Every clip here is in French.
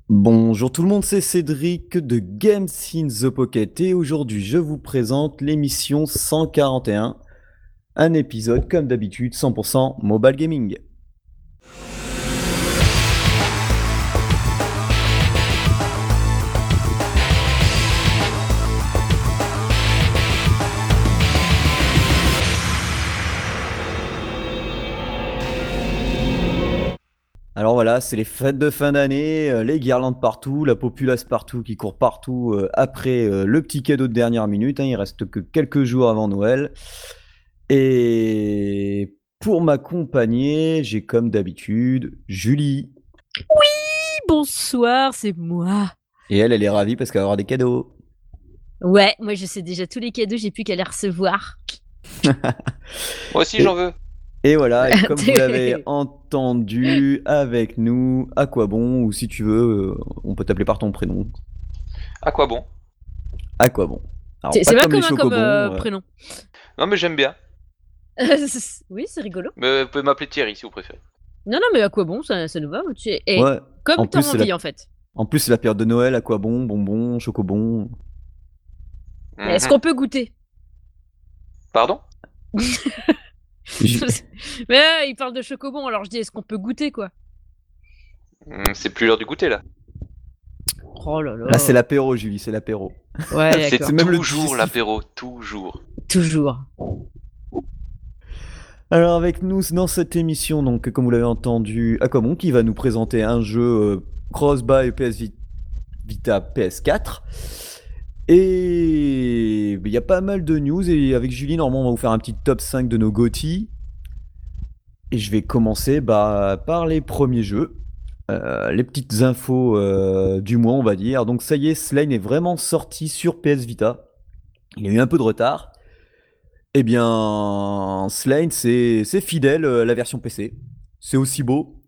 Bonjour tout le monde, c'est Cédric de Games in the Pocket et aujourd'hui je vous présente l'émission 141, un épisode comme d'habitude 100% mobile gaming. Alors voilà, c'est les fêtes de fin d'année, les guirlandes partout, la populace partout qui court partout après le petit cadeau de dernière minute, hein, il reste que quelques jours avant Noël. Et pour m'accompagner, j'ai comme d'habitude Julie. Oui, bonsoir, c'est moi. Et elle est ravie parce qu'elle va avoir des cadeaux. Ouais, moi je sais déjà tous les cadeaux, j'ai plus qu'à les recevoir. Moi aussi j'en Et, veux. et voilà, et comme vous l'avez entendu avec nous, à quoi bon, ou si tu veux, on peut t'appeler par ton prénom. À quoi bon? À quoi bon? Alors, C'est pas pas comme les commun comme chocobons. prénom. Non mais j'aime bien. Oui, c'est rigolo. Mais vous pouvez m'appeler Thierry si vous préférez. Non, non, mais à quoi bon, ça nous va. Et Ouais, en comme plus, t'as envie, en fait. c'est la période de Noël, à quoi bon, bonbons, chocobons. Est-ce Mhm. qu'on peut goûter? Pardon? Ju- Mais il parle de chocobon, alors je dis est-ce qu'on peut goûter, quoi? C'est plus l'heure du goûter là. Oh là Là, c'est là. l'apéro, Julie, c'est l'apéro. Ouais, C'est C'est d'accord. même le toujours digestif. l'apéro, toujours. Toujours. Alors avec nous dans cette émission, donc comme vous l'avez entendu, Aquamon qui va nous présenter un jeu cross-buy Vita PS4. Et il y a pas mal de news et avec Julie, normalement, on va vous faire un petit top 5 de nos GOTY. Et je vais commencer par les premiers jeux, les petites infos du mois, on va dire. Donc ça y est, Slane est vraiment sorti sur PS Vita. Il y a eu un peu de retard. Eh bien, Slane, c'est fidèle à la version PC. C'est aussi beau.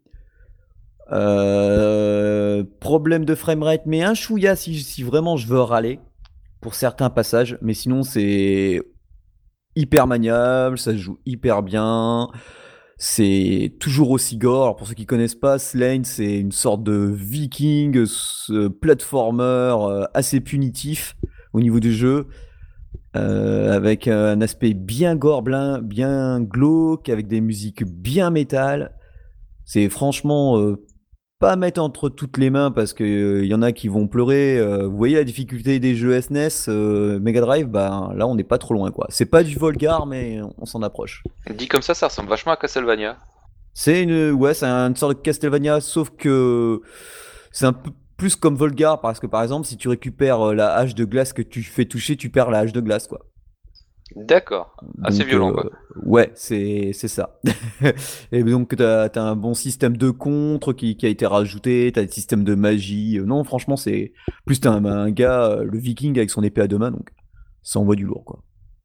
Problème de framerate, mais un chouïa si vraiment je veux râler pour certains passages. Mais sinon, c'est hyper maniable, ça se joue hyper bien. C'est toujours aussi gore. Alors pour ceux qui connaissent pas, Slane, c'est une sorte de viking, platformer assez punitif au niveau du jeu. Avec un aspect bien gore, bien glauque, avec des musiques bien métal. C'est franchement pas à mettre entre toutes les mains parce que y en a qui vont pleurer. Vous voyez la difficulté des jeux SNES, Mega Drive, bah là on n'est pas trop loin quoi. C'est pas du Volgar mais on s'en approche. Dit comme ça ressemble vachement à Castlevania. C'est une sorte de Castlevania, sauf que c'est un peu plus comme Volgar parce que par exemple si tu récupères la hache de glace que tu fais toucher, tu perds la hache de glace quoi. D'accord. Assez Donc, violent quoi. ouais, c'est ça. Et donc, t'as un bon système de contre qui a été rajouté, t'as des systèmes de magie. Non, franchement, c'est. Plus t'as un gars, le viking avec son épée à deux mains, donc ça envoie du lourd, quoi.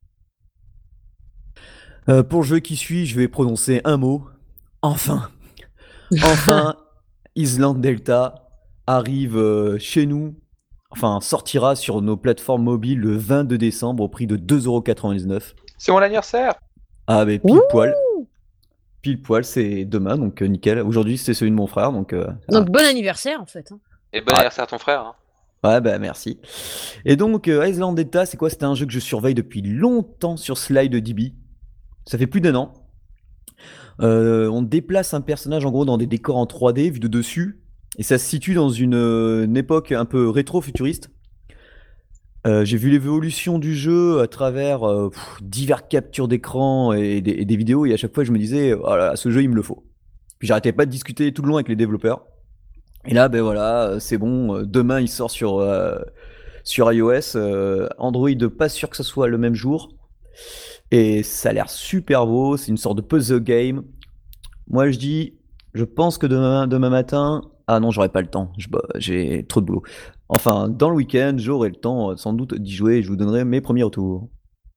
Pour le jeu qui suit, je vais prononcer un mot. Enfin. Enfin, Island Delta arrive chez nous. Enfin, sortira sur nos plateformes mobiles le 22 décembre au prix de 2,99 €. C'est mon anniversaire. Ah, mais Ouh. pile poil. Pile poil, c'est demain, donc nickel. Aujourd'hui, c'est celui de mon frère, donc Donc ah. bon anniversaire, en fait, hein. Et bon Ouais, anniversaire à ton frère. Hein. ouais, bah merci. Et donc, Island Data, c'est quoi? C'était un jeu que je surveille depuis longtemps sur SlideDB. Ça fait plus d'un an. On déplace un personnage en gros dans des décors en 3D vu de dessus, et ça se situe dans une époque un peu rétro-futuriste. J'ai vu l'évolution du jeu à travers diverses captures d'écran et des vidéos, et à chaque fois je me disais, oh là là, ce jeu il me le faut. Puis j'arrêtais pas de discuter tout le long avec les développeurs. Et là, ben voilà, c'est bon. Demain, il sort sur iOS. Android, pas sûr que ce soit le même jour. Et ça a l'air super beau. C'est une sorte de puzzle game. Moi, je dis, je pense que demain matin. Ah non, j'aurai pas le temps. J'ai trop de boulot. Enfin, dans le week-end, j'aurai le temps sans doute d'y jouer et je vous donnerai mes premiers retours.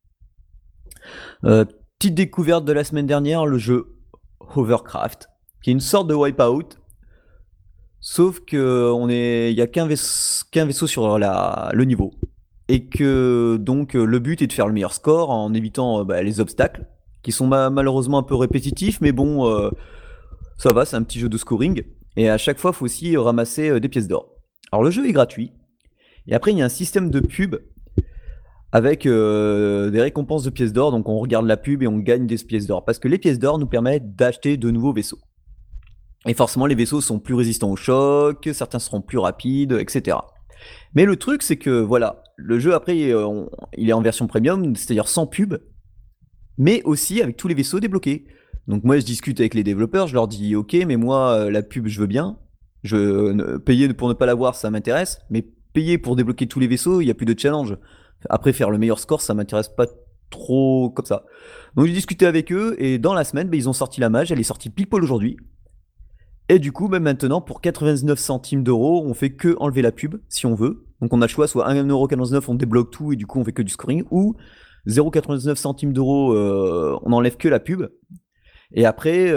Euh, Petite découverte de la semaine dernière, le jeu Hovercraft, qui est une sorte de Wipeout. Sauf que il y a qu'un vaisseau sur le niveau. Et que donc le but est de faire le meilleur score en évitant les obstacles, qui sont malheureusement un peu répétitifs, mais bon, ça va, c'est un petit jeu de scoring. Et à chaque fois, il faut aussi ramasser des pièces d'or. Alors le jeu est gratuit. Et après, il y a un système de pub avec des récompenses de pièces d'or. Donc on regarde la pub et on gagne des pièces d'or. Parce que les pièces d'or nous permettent d'acheter de nouveaux vaisseaux. Et forcément, les vaisseaux sont plus résistants au choc, certains seront plus rapides, etc. Mais le truc, c'est que voilà, le jeu après, il est en version premium, c'est-à-dire sans pub, mais aussi avec tous les vaisseaux débloqués. Donc moi, je discute avec les développeurs, je leur dis, ok, mais moi, la pub, je veux bien. Payer pour ne pas l'avoir, ça m'intéresse, mais payer pour débloquer tous les vaisseaux, il n'y a plus de challenge. Après, faire le meilleur score, ça m'intéresse pas trop comme ça. Donc j'ai discuté avec eux, et dans la semaine, ils ont sorti la mage, elle est sortie pile poil aujourd'hui. Et du coup, même maintenant, pour 99 centimes d'euros, on fait que enlever la pub, si on veut. Donc on a le choix, soit 1,99€, on débloque tout, et du coup, on fait que du scoring, ou 0,99 centimes d'euros, on enlève que la pub. Et après,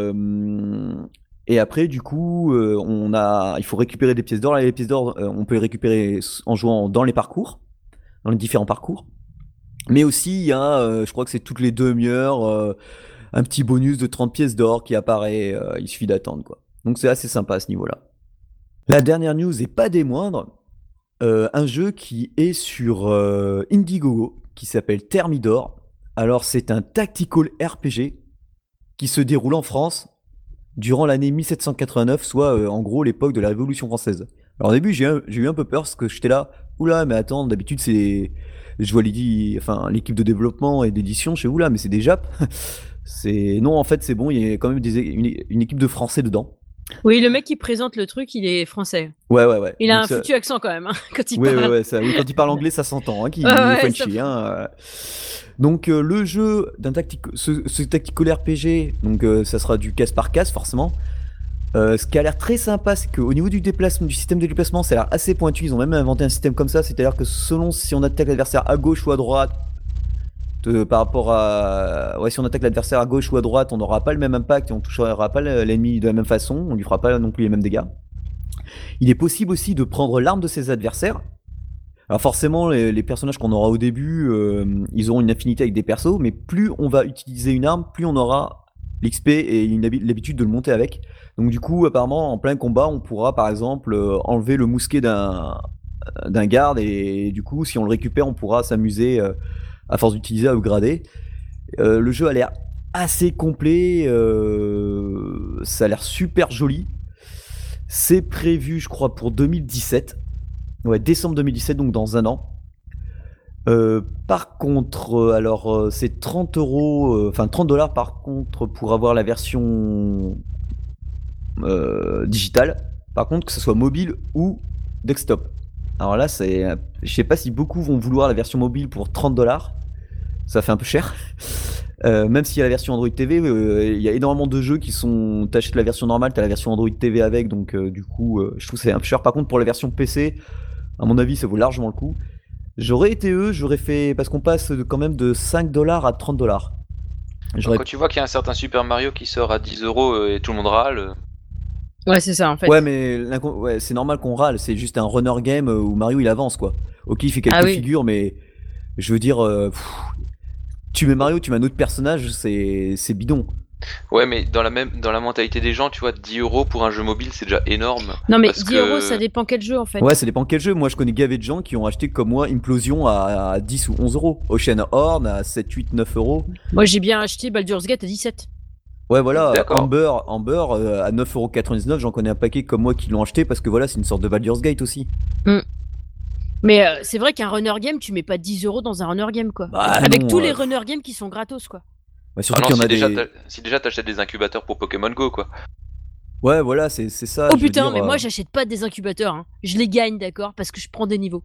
du coup, il faut récupérer des pièces d'or. Là, les pièces d'or, on peut les récupérer en jouant dans les parcours, dans les différents parcours. Mais aussi, il y a, je crois que c'est toutes les demi-heures, un petit bonus de 30 pièces d'or qui apparaît. Il suffit d'attendre, quoi. Donc c'est assez sympa à ce niveau-là. La dernière news, et pas des moindres, un jeu qui est sur Indiegogo, qui s'appelle Thermidor. Alors c'est un tactical RPG qui se déroule en France durant l'année 1789, soit en gros l'époque de la Révolution française. Alors au début, j'ai eu un peu peur parce que j'étais là, oula, mais attends, d'habitude je vois l'équipe de développement et d'édition chez oula, mais c'est des Japs. Non, en fait, c'est bon, il y a quand même une équipe de Français dedans. Oui, le mec qui présente le truc, il est français. Ouais. Il a Donc un foutu accent quand même, hein, quand il Ouais, parle. oui, quand il parle anglais, ça s'entend, hein, qu'il est Ouais, Frenchy. Donc le jeu ce tactical RPG, donc ça sera du case par case forcément. Ce qui a l'air très sympa, c'est qu'au niveau du système de déplacement, ça a l'air assez pointu. Ils ont même inventé un système comme ça, c'est-à-dire que selon si on attaque l'adversaire à gauche ou à droite, par rapport à, si on attaque l'adversaire à gauche ou à droite, on n'aura pas le même impact et on touchera pas l'ennemi de la même façon, on lui fera pas non plus les mêmes dégâts. Il est possible aussi de prendre l'arme de ses adversaires. Alors forcément, les personnages qu'on aura au début, ils auront une affinité avec des persos, mais plus on va utiliser une arme, plus on aura l'XP et l'habitude de le monter avec. Donc du coup, apparemment, en plein combat, on pourra par exemple enlever le mousquet d'un garde, et du coup, si on le récupère, on pourra s'amuser à force d'utiliser à upgrader. Le jeu a l'air assez complet, ça a l'air super joli. C'est prévu, je crois, pour 2017. Ouais, décembre 2017, donc dans un an. Par contre, c'est 30€, enfin 30$ par contre pour avoir la version digitale. Par contre, que ce soit mobile ou desktop. Alors là, je sais pas si beaucoup vont vouloir la version mobile pour 30$. Ça fait un peu cher. Même s'il y a la version Android TV, il y a énormément de jeux qui sont. T'achètes la version normale, t'as la version Android TV avec, donc du coup, je trouve que c'est un peu cher. Par contre, pour la version PC, à mon avis, ça vaut largement le coup. J'aurais été j'aurais fait. Parce qu'on passe quand même de 5$ à 30$. Quand tu vois qu'il y a un certain Super Mario qui sort à 10€ et tout le monde râle. Ouais, c'est ça en fait. Ouais, mais c'est normal qu'on râle, c'est juste un runner game où Mario il avance, quoi. Ok, il fait quelques figures, mais je veux dire, tu mets Mario, tu mets un autre personnage, c'est bidon. Ouais, mais dans la mentalité des gens, tu vois, 10€ pour un jeu mobile, c'est déjà énorme. Non, mais 10€, ça dépend quel jeu en fait. Ouais, ça dépend quel jeu. Moi, je connais gavé de gens qui ont acheté comme moi Implosion à 10 ou 11€. Ocean Horn à 7, 8, 9€. Moi, j'ai bien acheté Baldur's Gate à 17. Ouais, voilà, D'accord. Amber à 9,99€, j'en connais un paquet comme moi qui l'ont acheté parce que voilà, c'est une sorte de Baldur's Gate aussi. Mais c'est vrai qu'un runner game, tu mets pas 10€ dans un runner game, quoi. Bah, avec non, tous les runner games qui sont gratos, quoi. Bah, surtout qu'il y en a si déjà t'achètes des incubateurs pour Pokémon Go, quoi. Ouais, voilà, c'est ça. Oh putain, mais moi j'achète pas des incubateurs, hein. Je les gagne, d'accord, parce que je prends des niveaux.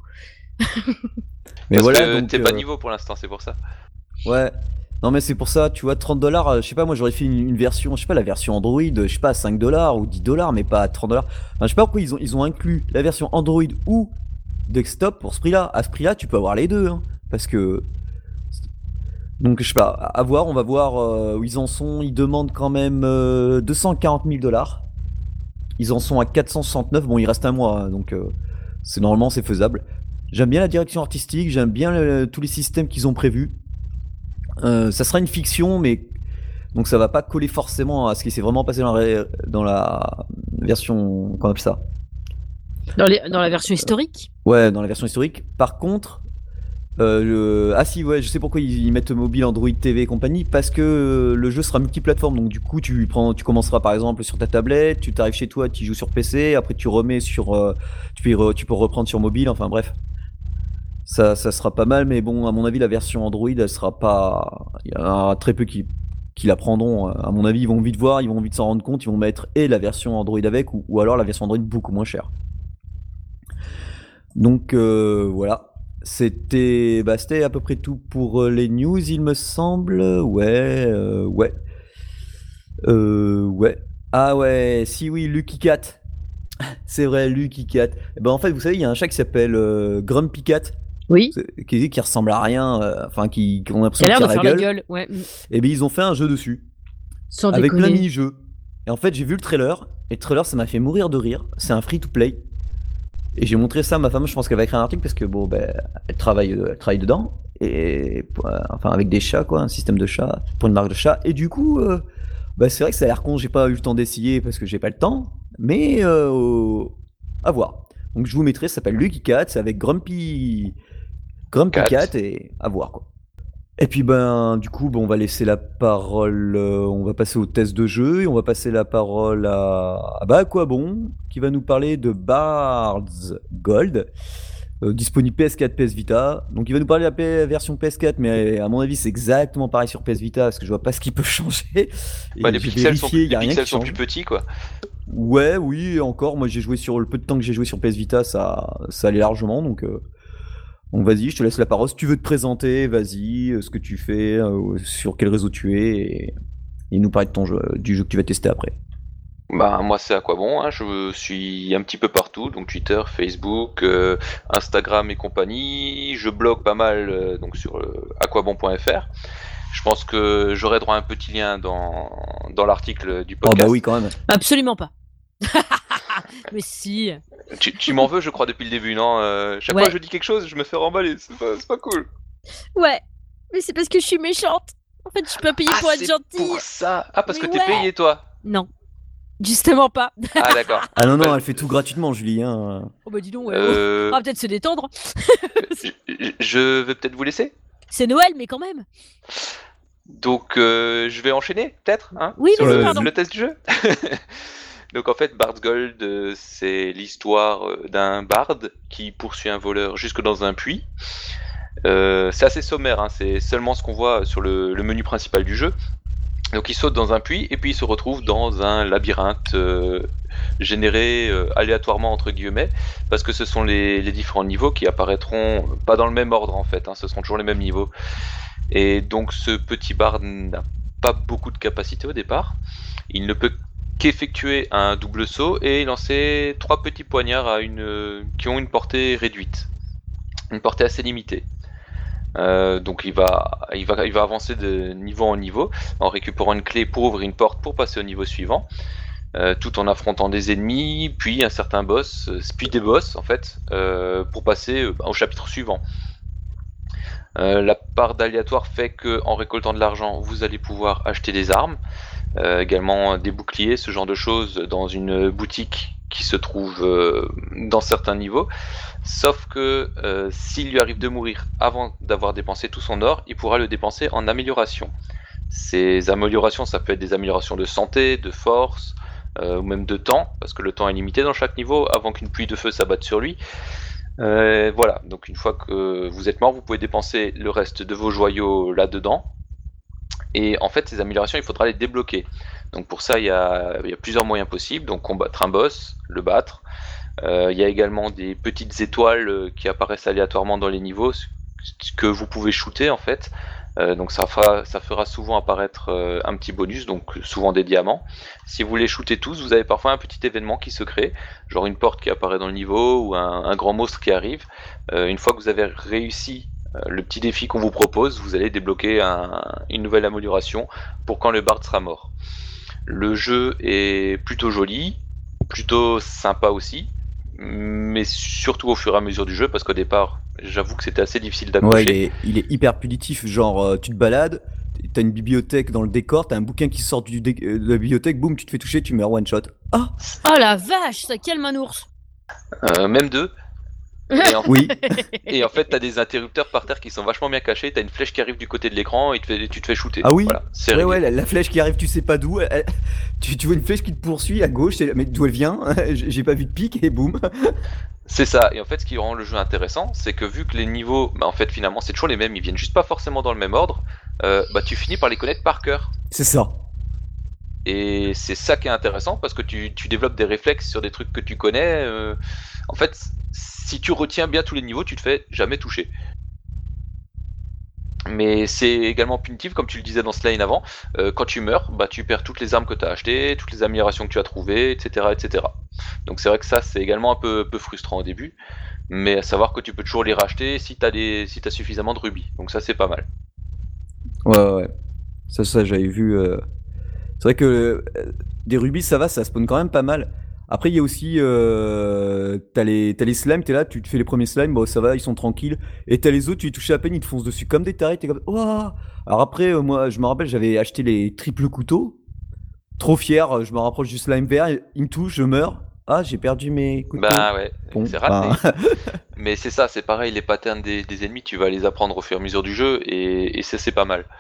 Mais parce voilà, que t'es pas niveau pour l'instant, c'est pour ça. Ouais. Non, mais c'est pour ça, tu vois, 30$, je sais pas, moi j'aurais fait une version, je sais pas, la version Android, je sais pas, à 5$ ou 10$, mais pas à 30$. Enfin, je sais pas pourquoi ils ont inclus la version Android ou desktop pour ce prix-là. À ce prix-là, tu peux avoir les deux, hein, parce que. Donc, je sais pas, à voir, on va voir où ils en sont. Ils demandent quand même 240 000$. Ils en sont à 469, bon, il reste un mois, hein, donc normalement c'est faisable. J'aime bien la direction artistique, j'aime bien tous les systèmes qu'ils ont prévus. Ça sera une fiction, mais donc ça va pas coller forcément à ce qui s'est vraiment passé dans la version, comment on appelle ça, Dans la version historique. Ouais, dans la version historique. Par contre, ah si, ouais, je sais pourquoi ils mettent mobile, Android TV et compagnie, parce que le jeu sera multiplateforme. Donc du coup, tu commenceras par exemple sur ta tablette, tu t'arrives chez toi, tu joues sur PC, après tu remets sur, tu peux reprendre sur mobile. Enfin bref, ça sera pas mal. Mais bon, à mon avis, la version Android, elle sera pas. Il y en a très peu qui la prendront. À mon avis, ils vont vite voir, ils vont vite s'en rendre compte, ils vont mettre et la version Android avec, ou alors la version Android beaucoup moins chère. Donc voilà. C'était à peu près tout pour les news, il me semble. Ouais. Ouais. Ah ouais, si oui, Lucky Cat. C'est vrai, Lucky Cat. Et ben en fait, vous savez, il y a un chat qui s'appelle Grumpy Cat, Oui. qui ressemble à rien, enfin qui on a Qui a l'impression l'air qu'il de tire faire la la gueule. gueule. Ouais. Et ben ils ont fait un jeu dessus, Sans avec plein de déconner. mini-jeux. Et en fait, j'ai vu le trailer, et le trailer, ça m'a fait mourir de rire. C'est un free-to-play. Et j'ai montré ça à ma femme, je pense qu'elle va écrire un article parce que bon, ben, elle travaille dedans. Et enfin, avec des chats, quoi, un système de chats pour une marque de chat. Et du coup, bah, c'est vrai que ça a l'air con, j'ai pas eu le temps d'essayer parce que j'ai pas le temps. Mais à voir. Donc je vous mettrai, ça s'appelle Lucky Cat, c'est avec Grumpy Cat et à voir quoi. Et puis ben du coup on va laisser la parole, on va passer au test de jeu et on va passer la parole à Aquabon qui va nous parler de Bards Gold, disponible PS4, PS Vita. Donc il va nous parler de la version PS4, mais à mon avis c'est exactement pareil sur PS Vita parce que je vois pas ce qui peut changer. Et Les j'ai pixels sont, vérifié, il y les a rien pixels qui sont change. plus petits, quoi. Ouais, oui, encore. Moi j'ai joué sur le peu de temps que j'ai joué sur PS Vita, ça allait largement donc vas-y, je te laisse la parole. Si tu veux te présenter, vas-y, ce que tu fais, sur quel réseau tu es, et nous parler de ton jeu, du jeu que tu vas tester après. Bah, moi, c'est à quoi bon, hein, je suis un petit peu partout, donc Twitter, Facebook, Instagram et compagnie. Je blogue pas mal donc sur aquabon.fr. Je pense que j'aurai droit à un petit lien dans l'article du Oh podcast. bah oui, quand même. Absolument pas. Mais si. Tu m'en veux, je crois, depuis le début, non Chaque Ouais. fois que je dis quelque chose, je me fais remballer, c'est pas cool. Ouais. Mais c'est parce que je suis méchante. En fait, je suis pas payée pour être c'est gentille. pour ça. Ah, parce Mais que t'es ouais. payé, toi. Non. Justement pas. Ah, d'accord. Ah non, Bah, elle fait tout gratuitement, Julie. Hein. Oh bah dis donc, ouais. Euh, On va peut-être se détendre. je vais peut-être vous laisser. C'est Noël, mais quand même. Donc, je vais enchaîner, peut-être, hein, Oui, sur vas-y, le- pardon. le test du jeu. Donc, en fait, Bard's Gold, c'est l'histoire d'un barde qui poursuit un voleur jusque dans un puits. C'est assez sommaire, hein, c'est seulement ce qu'on voit sur le menu principal du jeu. Donc, il saute dans un puits et puis il se retrouve dans un labyrinthe généré aléatoirement, entre guillemets, parce que ce sont les différents niveaux qui apparaîtront pas dans le même ordre, en fait, hein, ce seront toujours les mêmes niveaux. Et donc ce petit barde n'a pas beaucoup de capacité au départ. Il ne peut qu'effectuer un double saut et lancer 3 petits poignards qui ont une portée réduite, une portée assez limitée. Donc il va avancer de niveau en niveau en récupérant une clé pour ouvrir une porte pour passer au niveau suivant, tout en affrontant des ennemis, puis un certain boss, puis des boss en fait, pour passer au chapitre suivant. La part d'aléatoire fait que en récoltant de l'argent, vous allez pouvoir acheter des armes, également des boucliers, ce genre de choses dans une boutique qui se trouve dans certains niveaux. Sauf que s'il lui arrive de mourir avant d'avoir dépensé tout son or, il pourra le dépenser en amélioration. Ces améliorations, ça peut être des améliorations de santé, de force, ou même de temps, parce que le temps est limité dans chaque niveau avant qu'une pluie de feu s'abatte sur lui. Voilà, donc une fois que vous êtes mort, vous pouvez dépenser le reste de vos joyaux là-dedans. Et en fait, ces améliorations, il faudra les débloquer. Donc pour ça, il y a plusieurs moyens possibles. Donc combattre un boss, le battre. Il y a également des petites étoiles qui apparaissent aléatoirement dans les niveaux, que vous pouvez shooter en fait. Donc ça fera souvent apparaître un petit bonus, donc souvent des diamants. Si vous les shootez tous, vous avez parfois un petit événement qui se crée, genre une porte qui apparaît dans le niveau ou un grand monstre qui arrive. Une fois que vous avez réussi le petit défi qu'on vous propose, vous allez débloquer une nouvelle amélioration pour quand le bard sera mort. Le jeu est plutôt joli, plutôt sympa aussi, mais surtout au fur et à mesure du jeu, parce qu'au départ, j'avoue que c'était assez difficile d'accrocher. Ouais, il est hyper punitif. Genre, tu te balades, t'as une bibliothèque dans le décor, t'as un bouquin qui sort de la bibliothèque, boum, tu te fais toucher, tu meurs one shot. Ah Oh la vache, ça quel manours. Même 2. Et en, Oui. et en fait, t'as des interrupteurs par terre qui sont vachement bien cachés. T'as une flèche qui arrive du côté de l'écran et tu te fais shooter. Ah oui. Voilà, c'est Ouais, réglé. ouais, la flèche qui arrive, tu sais pas d'où. Tu vois une flèche qui te poursuit à gauche, mais d'où elle vient? J'ai pas vu de pic et boum. C'est ça. Et en fait, ce qui rend le jeu intéressant, c'est que vu que les niveaux, bah, en fait, finalement, c'est toujours les mêmes, ils viennent juste pas forcément dans le même ordre, bah, tu finis par les connaître par cœur. C'est ça. Et c'est ça qui est intéressant parce que tu développes des réflexes sur des trucs que tu connais. En fait, si tu retiens bien tous les niveaux, tu te fais jamais toucher. Mais c'est également punitif, comme tu le disais dans Slane avant. Quand tu meurs, bah, tu perds toutes les armes que tu as achetées, toutes les améliorations que tu as trouvées, etc., etc. Donc c'est vrai que ça, c'est également un peu frustrant au début. Mais à savoir que tu peux toujours les racheter si t'as suffisamment de rubis. Donc ça, c'est pas mal. Ouais, ouais, ouais. Ça, j'avais vu. C'est vrai que des rubis, ça va, ça spawn quand même pas mal. Après, il y a aussi. T'as les slimes, t'es là, tu te fais les premiers slimes, bon, ça va, ils sont tranquilles. Et t'as les autres, tu les touches à peine, ils te foncent dessus comme des tarés, t'es comme. Ouah. Alors après, moi, je me rappelle, j'avais acheté les triples couteaux. Trop fier, je me rapproche du slime vert, il me touche, je meurs. Ah, j'ai perdu mes couteaux. Bah ouais, Bon, c'est raté. bah, Mais c'est ça, c'est pareil, les patterns des ennemis, tu vas les apprendre au fur et à mesure du jeu, et ça, c'est pas mal.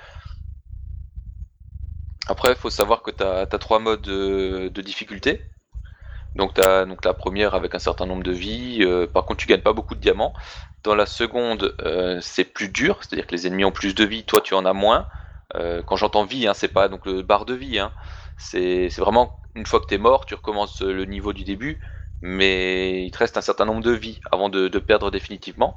Après, il faut savoir que t'as 3 modes de difficulté. Donc t'as donc la première avec un certain nombre de vies. Par contre, tu gagnes pas beaucoup de diamants. Dans la seconde, c'est plus dur, c'est-à-dire que les ennemis ont plus de vie, toi tu en as moins. Quand j'entends vie, hein, c'est pas donc le barre de vie. Hein. C'est vraiment une fois que t'es mort, tu recommences le niveau du début, mais il te reste un certain nombre de vies avant de perdre définitivement.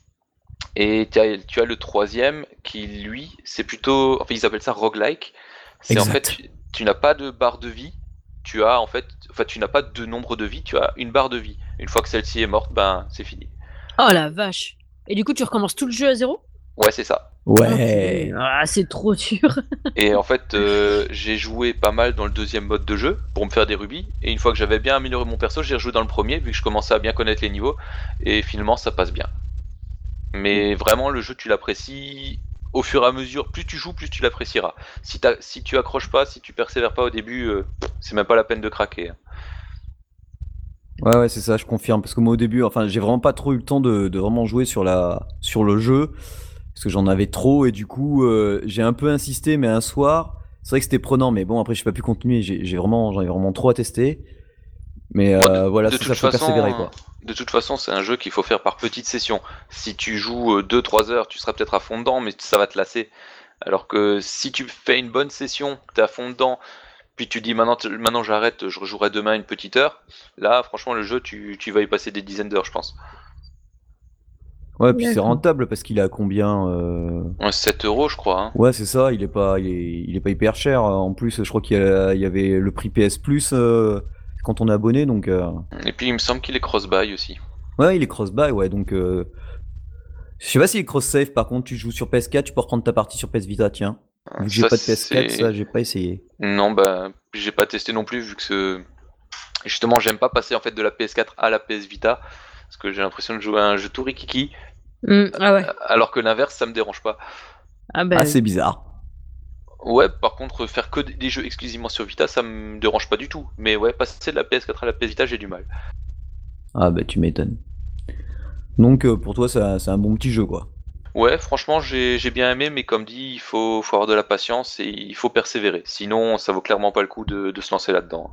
Et tu as le troisième qui, lui, c'est plutôt. Enfin, ils appellent ça roguelike. C'est en fait, exact. tu n'as pas de barre de vie. Tu as en fait. Enfin, tu n'as pas de nombre de vie, tu as une barre de vie. Une fois que celle-ci est morte, ben, c'est fini. Oh la vache. Et du coup, tu recommences tout le jeu à zéro? Ouais, c'est ça. Ouais. Ah, c'est trop dur. Et en fait, j'ai joué pas mal dans le deuxième mode de jeu pour me faire des rubis. Et une fois que j'avais bien amélioré mon perso, j'ai rejoué dans le premier, vu que je commençais à bien connaître les niveaux. Et finalement, ça passe bien. Mais vraiment, le jeu, tu l'apprécies au fur et à mesure. Plus tu joues, plus tu l'apprécieras. Si tu accroches pas, si tu persévères pas au début, c'est même pas la peine de craquer. Hein. Ouais, ouais, c'est ça, je confirme. Parce que moi, au début, enfin, j'ai vraiment pas trop eu le temps de vraiment jouer sur sur le jeu. Parce que j'en avais trop. Et du coup, j'ai un peu insisté, mais un soir, c'est vrai que c'était prenant. Mais bon, après, j'ai pas pu continuer. J'en ai vraiment trop à tester. Mais Moi, voilà, de ça toute faut persévérer, façon, quoi. de toute façon, c'est un jeu qu'il faut faire par petites sessions. Si tu joues 2-3 heures, tu seras peut-être à fond dedans, mais ça va te lasser. Alors que si tu fais une bonne session, t'es à fond dedans, puis tu dis maintenant j'arrête, je rejouerai demain une petite heure. Là, franchement, le jeu, tu vas y passer des dizaines d'heures, je pense. Ouais, puis c'est D'accord. rentable parce qu'il est à combien Ouais, 7 € je crois. Hein. Ouais, c'est ça, il est pas hyper cher. En plus, je crois il y avait le prix PS Plus quand on est abonné, donc Et puis il me semble qu'il est cross-buy aussi. ouais, il est cross-buy, ouais, donc je sais pas s'il est cross-save. Par contre, tu joues sur PS4, tu peux reprendre ta partie sur PS Vita, tiens. Vu que j'ai Ça pas de PS4, c'est. ça, j'ai pas essayé. Non, bah j'ai pas testé non plus vu que justement j'aime pas passer en fait de la PS4 à la PS Vita parce que j'ai l'impression de jouer à un jeu tout rikiki Ah ouais. alors que l'inverse ça me dérange pas. Ah bah Ah, oui. c'est bizarre. Ouais, par contre faire que des jeux exclusivement sur Vita ça me dérange pas du tout. Mais ouais, passer de la PS4 à la PS Vita j'ai du mal. Ah, bah, tu m'étonnes. Donc, pour toi, c'est un bon petit jeu, quoi. Ouais, franchement j'ai bien aimé mais comme dit faut avoir de la patience et il faut persévérer. Sinon ça vaut clairement pas le coup de se lancer là-dedans.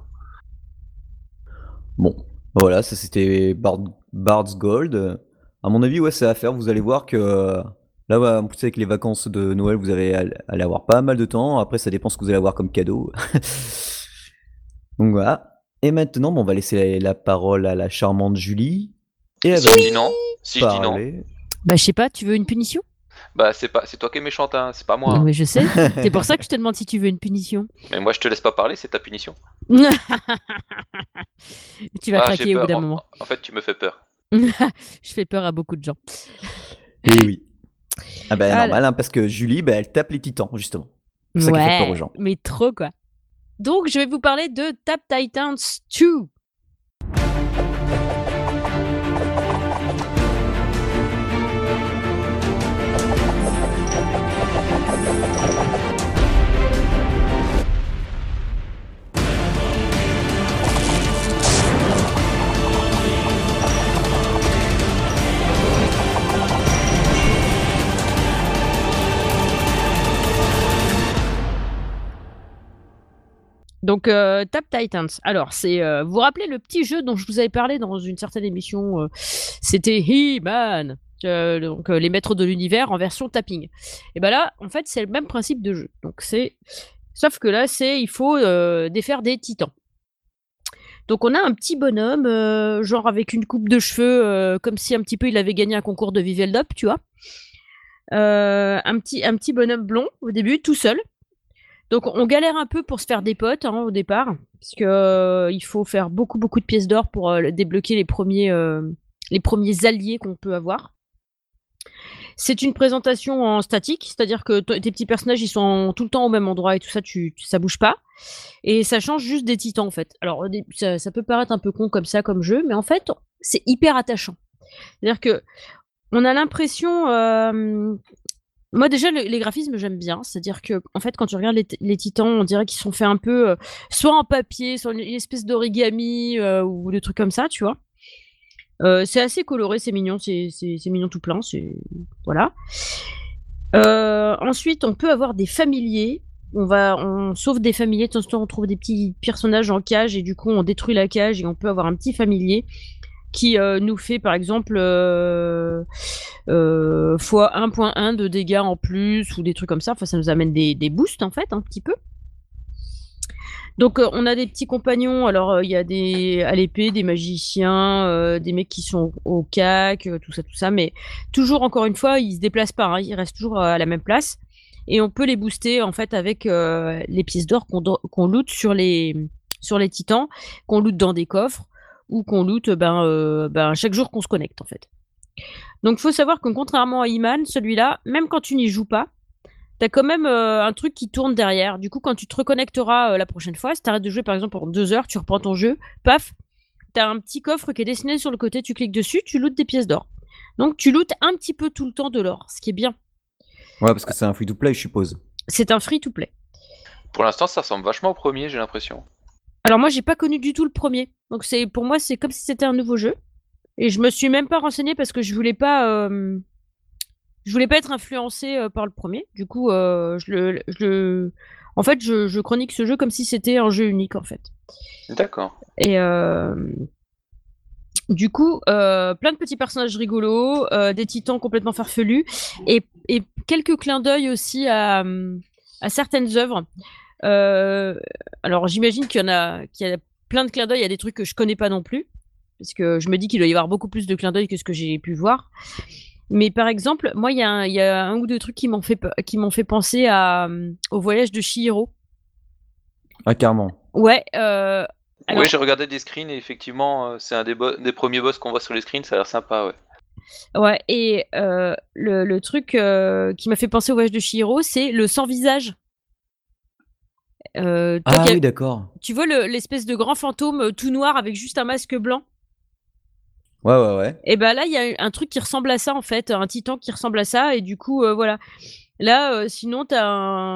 Bon, voilà, ça c'était Bard's Gold. À mon avis, ouais, c'est à faire. Vous allez voir que là, ouais, en plus avec les vacances de Noël, vous allez avoir pas mal de temps. Après, ça dépend ce que vous allez avoir comme cadeau. Donc voilà. Et maintenant, bon, on va laisser la parole à la charmante Julie. Et elle Si va je nous dis non, si je dis non, parler. Bah je sais pas, tu veux une punition? bah c'est toi qui es méchante, hein, c'est pas moi. Non Hein. mais je sais. C'est pour ça que je te demande si tu veux une punition. Mais moi je te laisse pas parler, c'est ta punition. Tu vas Ah, j'ai craquer au bout peur. d'un moment. En fait, tu me fais peur. Je fais peur à beaucoup de gens. Et oui. Ah ben Ah, normal, hein, parce que Julie, ben, elle tape les titans, justement. C'est ça qui fait peur aux ouais, gens. mais trop quoi. Donc je vais vous parler de Tap Titans 2. Donc, Tap Titans. Alors, vous vous rappelez le petit jeu dont je vous avais parlé dans une certaine émission, c'était He-Man, donc les maîtres de l'univers en version tapping. Et ben là, en fait, c'est le même principe de jeu. Donc sauf que là, il faut défaire des titans. Donc on a un petit bonhomme, genre avec une coupe de cheveux, comme si un petit peu il avait gagné un concours de Viveldop, tu vois. Un petit bonhomme blond au début, tout seul. Donc on galère un peu pour se faire des potes au départ, parce que il faut faire beaucoup de pièces d'or pour débloquer les premiers alliés qu'on peut avoir. C'est une présentation en statique, c'est-à-dire que tes petits personnages ils sont tout le temps au même endroit et tout ça, ça bouge pas. Et ça change juste des titans en fait. Alors ça peut paraître un peu con comme ça comme jeu, mais en fait c'est hyper attachant. C'est-à-dire que on a l'impression, moi déjà les graphismes j'aime bien, c'est-à-dire que en fait quand tu regardes les titans, on dirait qu'ils sont faits un peu soit en papier, soit une espèce d'origami ou des trucs comme ça, tu vois. C'est assez coloré, c'est mignon, c'est mignon tout plein, voilà. Ensuite, on peut avoir des familiers. On sauve des familiers. De temps en temps, on trouve des petits personnages en cage et du coup, on détruit la cage et on peut avoir un petit familier qui nous fait, par exemple, fois 1.1 de dégâts en plus ou des trucs comme ça. Enfin, ça nous amène des boosts en fait, un petit peu. Donc on a des petits compagnons, alors il y a à l'épée, des magiciens, des mecs qui sont au cac, tout ça, mais toujours encore une fois, ils se déplacent pas, hein, ils restent toujours à la même place. Et on peut les booster en fait avec les pièces d'or qu'on loot sur les titans, qu'on loot dans des coffres, ou qu'on loot chaque jour qu'on se connecte en fait. Donc faut savoir que contrairement à He-Man, celui-là, même quand tu n'y joues pas, t'as quand même un truc qui tourne derrière. Du coup, quand tu te reconnecteras la prochaine fois, si t'arrêtes de jouer par exemple pour 2 heures, tu reprends ton jeu, paf, t'as un petit coffre qui est dessiné sur le côté, tu cliques dessus, tu lootes des pièces d'or. Donc tu lootes un petit peu tout le temps de l'or, ce qui est bien. Ouais, parce que c'est un free-to-play, je suppose. C'est un free-to-play. Pour l'instant, ça ressemble vachement au premier, j'ai l'impression. Alors moi, j'ai pas connu du tout le premier. Donc pour moi, c'est comme si c'était un nouveau jeu. Et je me suis même pas renseignée parce que je voulais pas être influencée par le premier. Du coup, en fait, je chronique ce jeu comme si c'était un jeu unique, en fait. D'accord. Et du coup, plein de petits personnages rigolos, des titans complètement farfelus, et quelques clins d'œil aussi à certaines œuvres. Alors, j'imagine qu'il y a plein de clins d'œil à des trucs que je connais pas non plus, parce que je me dis qu'il doit y avoir beaucoup plus de clins d'œil que ce que j'ai pu voir. Mais par exemple, moi, il y a un ou deux trucs qui m'ont fait penser au voyage de Chihiro. Ah, carrément. Ouais. Oui, j'ai regardé des screens et effectivement, c'est un des premiers boss qu'on voit sur les screens, ça a l'air sympa, ouais. Ouais, et le truc qui m'a fait penser au voyage de Chihiro, c'est le sans-visage. Oui, d'accord. Tu vois l'espèce de grand fantôme tout noir avec juste un masque blanc? Ouais. Et ben là, il y a un truc qui ressemble à ça, en fait, un titan qui ressemble à ça, et du coup, voilà. Là, sinon, t'as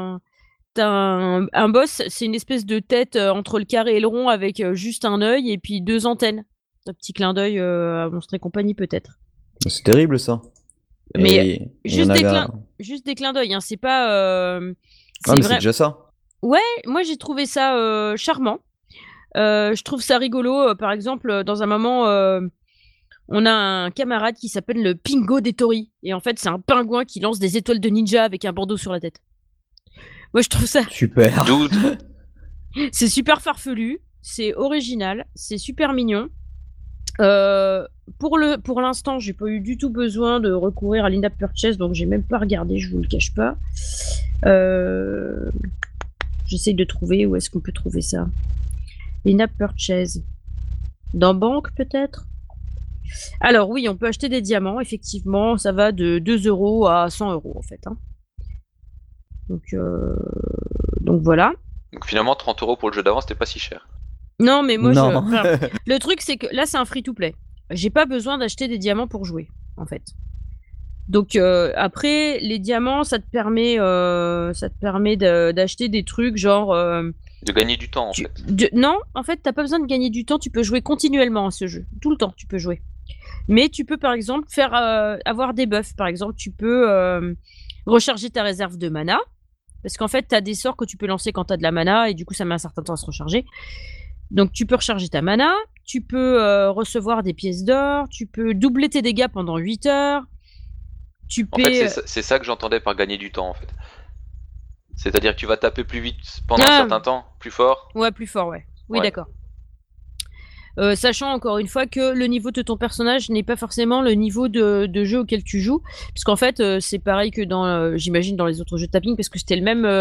un boss, c'est une espèce de tête entre le carré et le rond avec juste un œil et puis 2 antennes. Un petit clin d'œil à Monstres et compagnie, peut-être. C'est terrible, ça. Mais juste des clins d'œil, hein, c'est pas... mais c'est déjà ça. Ouais, moi j'ai trouvé ça charmant. Je trouve ça rigolo. Par exemple, dans un moment, on a un camarade qui s'appelle le Pingo des Tori. Et en fait, c'est un pingouin qui lance des étoiles de ninja avec un bandeau sur la tête. Moi, je trouve ça... Super. C'est super farfelu, c'est original, c'est super mignon. Pour l'instant, j'ai pas eu du tout besoin de recourir à l'in-app purchase, donc j'ai même pas regardé, je vous le cache pas. J'essaye de trouver où est-ce qu'on peut trouver ça. L'in-app purchase. Dans banque, peut-être? Alors oui, on peut acheter des diamants, effectivement, ça va de 2 € à 100 € en fait. Hein. Donc voilà. Donc finalement, 30 € pour le jeu d'avant, c'était pas si cher. Non, mais moi, non. le truc, c'est que là, c'est un free-to-play. J'ai pas besoin d'acheter des diamants pour jouer, en fait. Donc après, les diamants, ça te permet d'acheter des trucs genre... de gagner du temps, en fait. Non, en fait, t'as pas besoin de gagner du temps. Tu peux jouer continuellement à ce jeu. Tout le temps, tu peux jouer. Mais tu peux, par exemple, avoir des buffs. Par exemple, tu peux recharger ta réserve de mana. Parce qu'en fait, tu as des sorts que tu peux lancer quand tu as de la mana, et du coup, ça met un certain temps à se recharger. Donc, tu peux recharger ta mana, tu peux recevoir des pièces d'or, tu peux doubler tes dégâts pendant 8 heures, tu En fait, paies... c'est ça que j'entendais par gagner du temps, en fait. C'est-à-dire que tu vas taper plus vite pendant un Ah, certain temps, plus fort. ouais, plus fort, ouais. Oui, Ouais. d'accord. Sachant encore une fois que le niveau de ton personnage n'est pas forcément le niveau de jeu auquel tu joues, parce qu'en fait c'est pareil que dans, j'imagine, dans les autres jeux de tapping, parce que c'était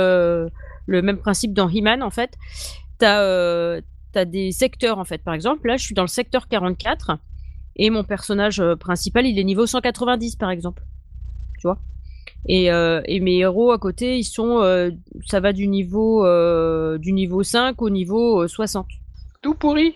le même principe dans He-Man en fait. T'as des secteurs en fait. Par exemple, là je suis dans le secteur 44 et mon personnage principal il est niveau 190 par exemple, tu vois. Et mes héros à côté ils sont, ça va du niveau 5 au niveau 60. Tout pourri.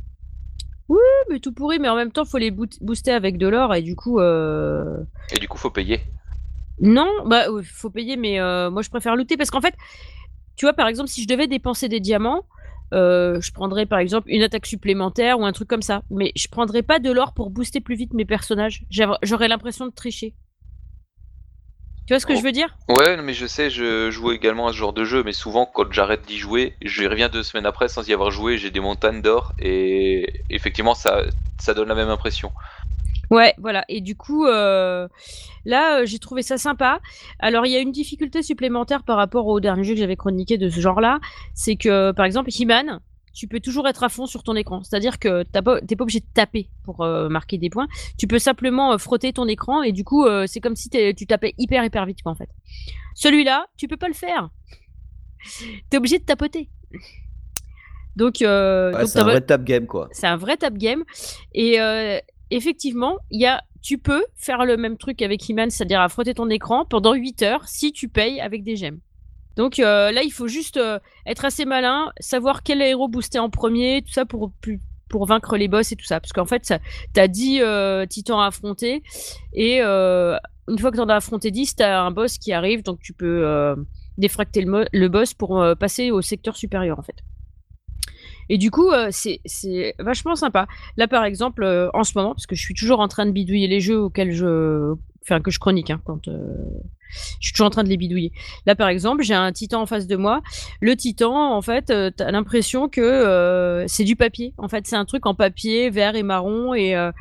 Mais tout pourri, mais en même temps, faut les booster avec de l'or, et du coup, Et du coup, faut payer. non, bah, faut payer, mais moi, je préfère looter, parce qu'en fait, tu vois, par exemple, si je devais dépenser des diamants, je prendrais, par exemple, une attaque supplémentaire ou un truc comme ça, mais je prendrais pas de l'or pour booster plus vite mes personnages. J'aurais l'impression de tricher. Tu vois ce que je veux dire? Ouais, mais je sais, je joue également à ce genre de jeu, mais souvent quand j'arrête d'y jouer, je reviens 2 semaines après sans y avoir joué, j'ai des montagnes d'or, et effectivement ça donne la même impression. Ouais, voilà. Et du coup, là, j'ai trouvé ça sympa. Alors, il y a une difficulté supplémentaire par rapport au dernier jeu que j'avais chroniqué de ce genre-là. C'est que, par exemple, He-Man, tu peux toujours être à fond sur ton écran. C'est-à-dire que t'es pas obligé de taper pour marquer des points. Tu peux simplement frotter ton écran, et du coup, c'est comme si tu tapais hyper, hyper vite, quoi, en fait. Celui-là, tu peux pas le faire. T'es obligé de tapoter. Donc, Ouais, c'est un vrai tap game, quoi. c'est un vrai tap game. Et effectivement, tu peux faire le même truc avec He-Man, c'est-à-dire à frotter ton écran pendant 8 heures si tu payes avec des gemmes. Donc là, il faut juste être assez malin, savoir quel héros booster en premier, tout ça pour vaincre les boss et tout ça. Parce qu'en fait, t'as 10 titans à affronter. Et une fois que t'en as affronté 10, t'as un boss qui arrive. Donc tu peux défracter le boss pour passer au secteur supérieur, en fait. Et du coup, c'est vachement sympa. Là, par exemple, en ce moment, parce que je suis toujours en train de bidouiller les jeux que je chronique, hein, quand je suis toujours en train de les bidouiller. Là, par exemple, j'ai un titan en face de moi. Le titan, en fait, t'as l'impression que c'est du papier. En fait, c'est un truc en papier, vert et marron,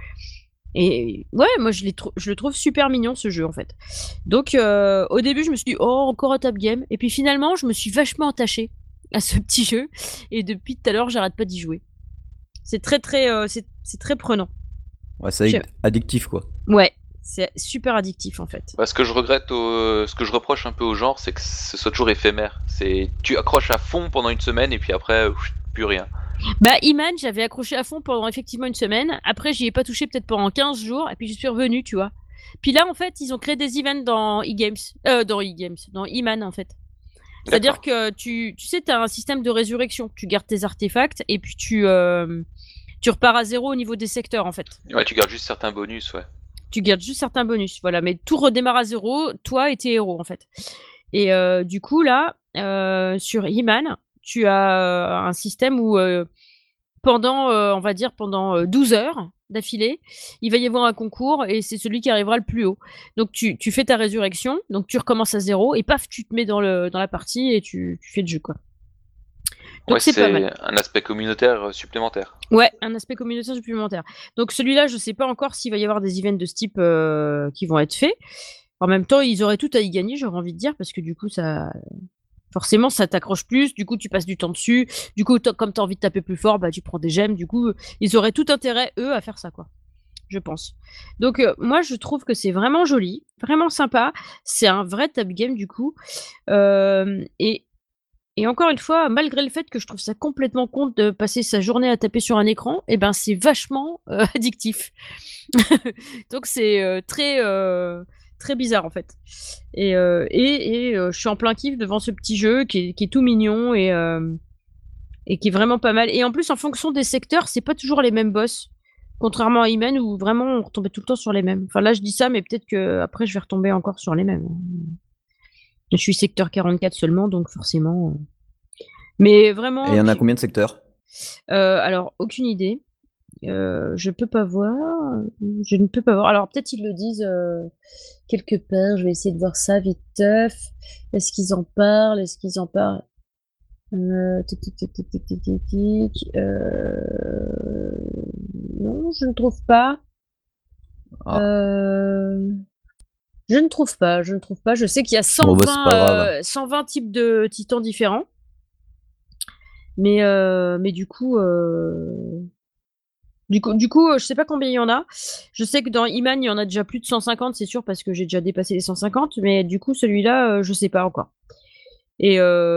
et ouais, moi, je le trouve super mignon, ce jeu, en fait. Donc, au début, je me suis dit, oh, encore un tap game. Et puis finalement, je me suis vachement attachée à ce petit jeu. Et depuis tout à l'heure, j'arrête pas d'y jouer. C'est très, très, c'est très prenant. Ouais, c'est addictif, quoi. Ouais, c'est super addictif, en fait. Ce que je regrette, ce que je reproche un peu au genre, c'est que ce soit toujours éphémère. Tu accroches à fond pendant une semaine et puis après, plus rien. Bah, Iman, j'avais accroché à fond pendant effectivement une semaine. Après, j'y ai pas touché peut-être pendant 15 jours. Et puis, je suis revenue, tu vois. Puis là, en fait, ils ont créé des events dans e-games. Dans Iman, en fait. C'est-à-dire que tu sais, tu as un système de résurrection. Tu gardes tes artefacts et puis tu repars à zéro au niveau des secteurs, en fait. Ouais, tu gardes juste certains bonus, ouais. Tu gardes juste certains bonus, voilà. Mais tout redémarre à zéro, toi et tes héros, en fait. Et du coup, là, sur He-Man, tu as un système où pendant, on va dire, pendant 12 heures d'affilée, il va y avoir un concours et c'est celui qui arrivera le plus haut. Donc tu fais ta résurrection, donc tu recommences à zéro et paf, tu te mets dans la partie et tu fais le jeu, quoi. Donc Ouais, c'est pas mal. un aspect communautaire supplémentaire. Ouais, un aspect communautaire supplémentaire. Donc celui-là, je sais pas encore s'il va y avoir des events de ce type qui vont être faits. En même temps, ils auraient tout à y gagner, j'aurais envie de dire, parce que du coup, forcément, ça t'accroche plus. Du coup, tu passes du temps dessus. Du coup, comme tu as envie de taper plus fort, bah, tu prends des gemmes. Du coup, ils auraient tout intérêt, eux, à faire ça, quoi. Je pense. Donc, moi, je trouve que c'est vraiment joli, vraiment sympa. C'est un vrai tap game, du coup. Et encore une fois, malgré le fait que je trouve ça complètement con de passer sa journée à taper sur un écran, eh ben, c'est vachement addictif. Donc, c'est très bizarre, en fait. Et je suis en plein kiff devant ce petit jeu qui est tout mignon et qui est vraiment pas mal. Et en plus, en fonction des secteurs, c'est pas toujours les mêmes boss. Contrairement à Iman où vraiment on retombait tout le temps sur les mêmes. Enfin là, je dis ça, mais peut-être que après je vais retomber encore sur les mêmes. Je suis secteur 44 seulement, donc forcément. Mais vraiment. Et il y en a combien de secteurs? Alors, aucune idée. Je peux pas voir. Je ne peux pas voir. Alors peut-être ils le disent quelque part. Je vais essayer de voir ça vite. Est-ce qu'ils en parlent? Est-ce qu'ils en parlent? Tic, tic, tic, tic, tic, tic, tic, tic. Non, je ne trouve pas. Ah. Je ne trouve pas. Je ne trouve pas. Je sais qu'il y a Bon, bah, c'est pas grave. 120 types de titans différents. Mais du coup, je sais pas combien il y en a. Je sais que dans Iman, il y en a déjà plus de 150, c'est sûr, parce que j'ai déjà dépassé les 150. Mais du coup, celui-là, je sais pas encore. Et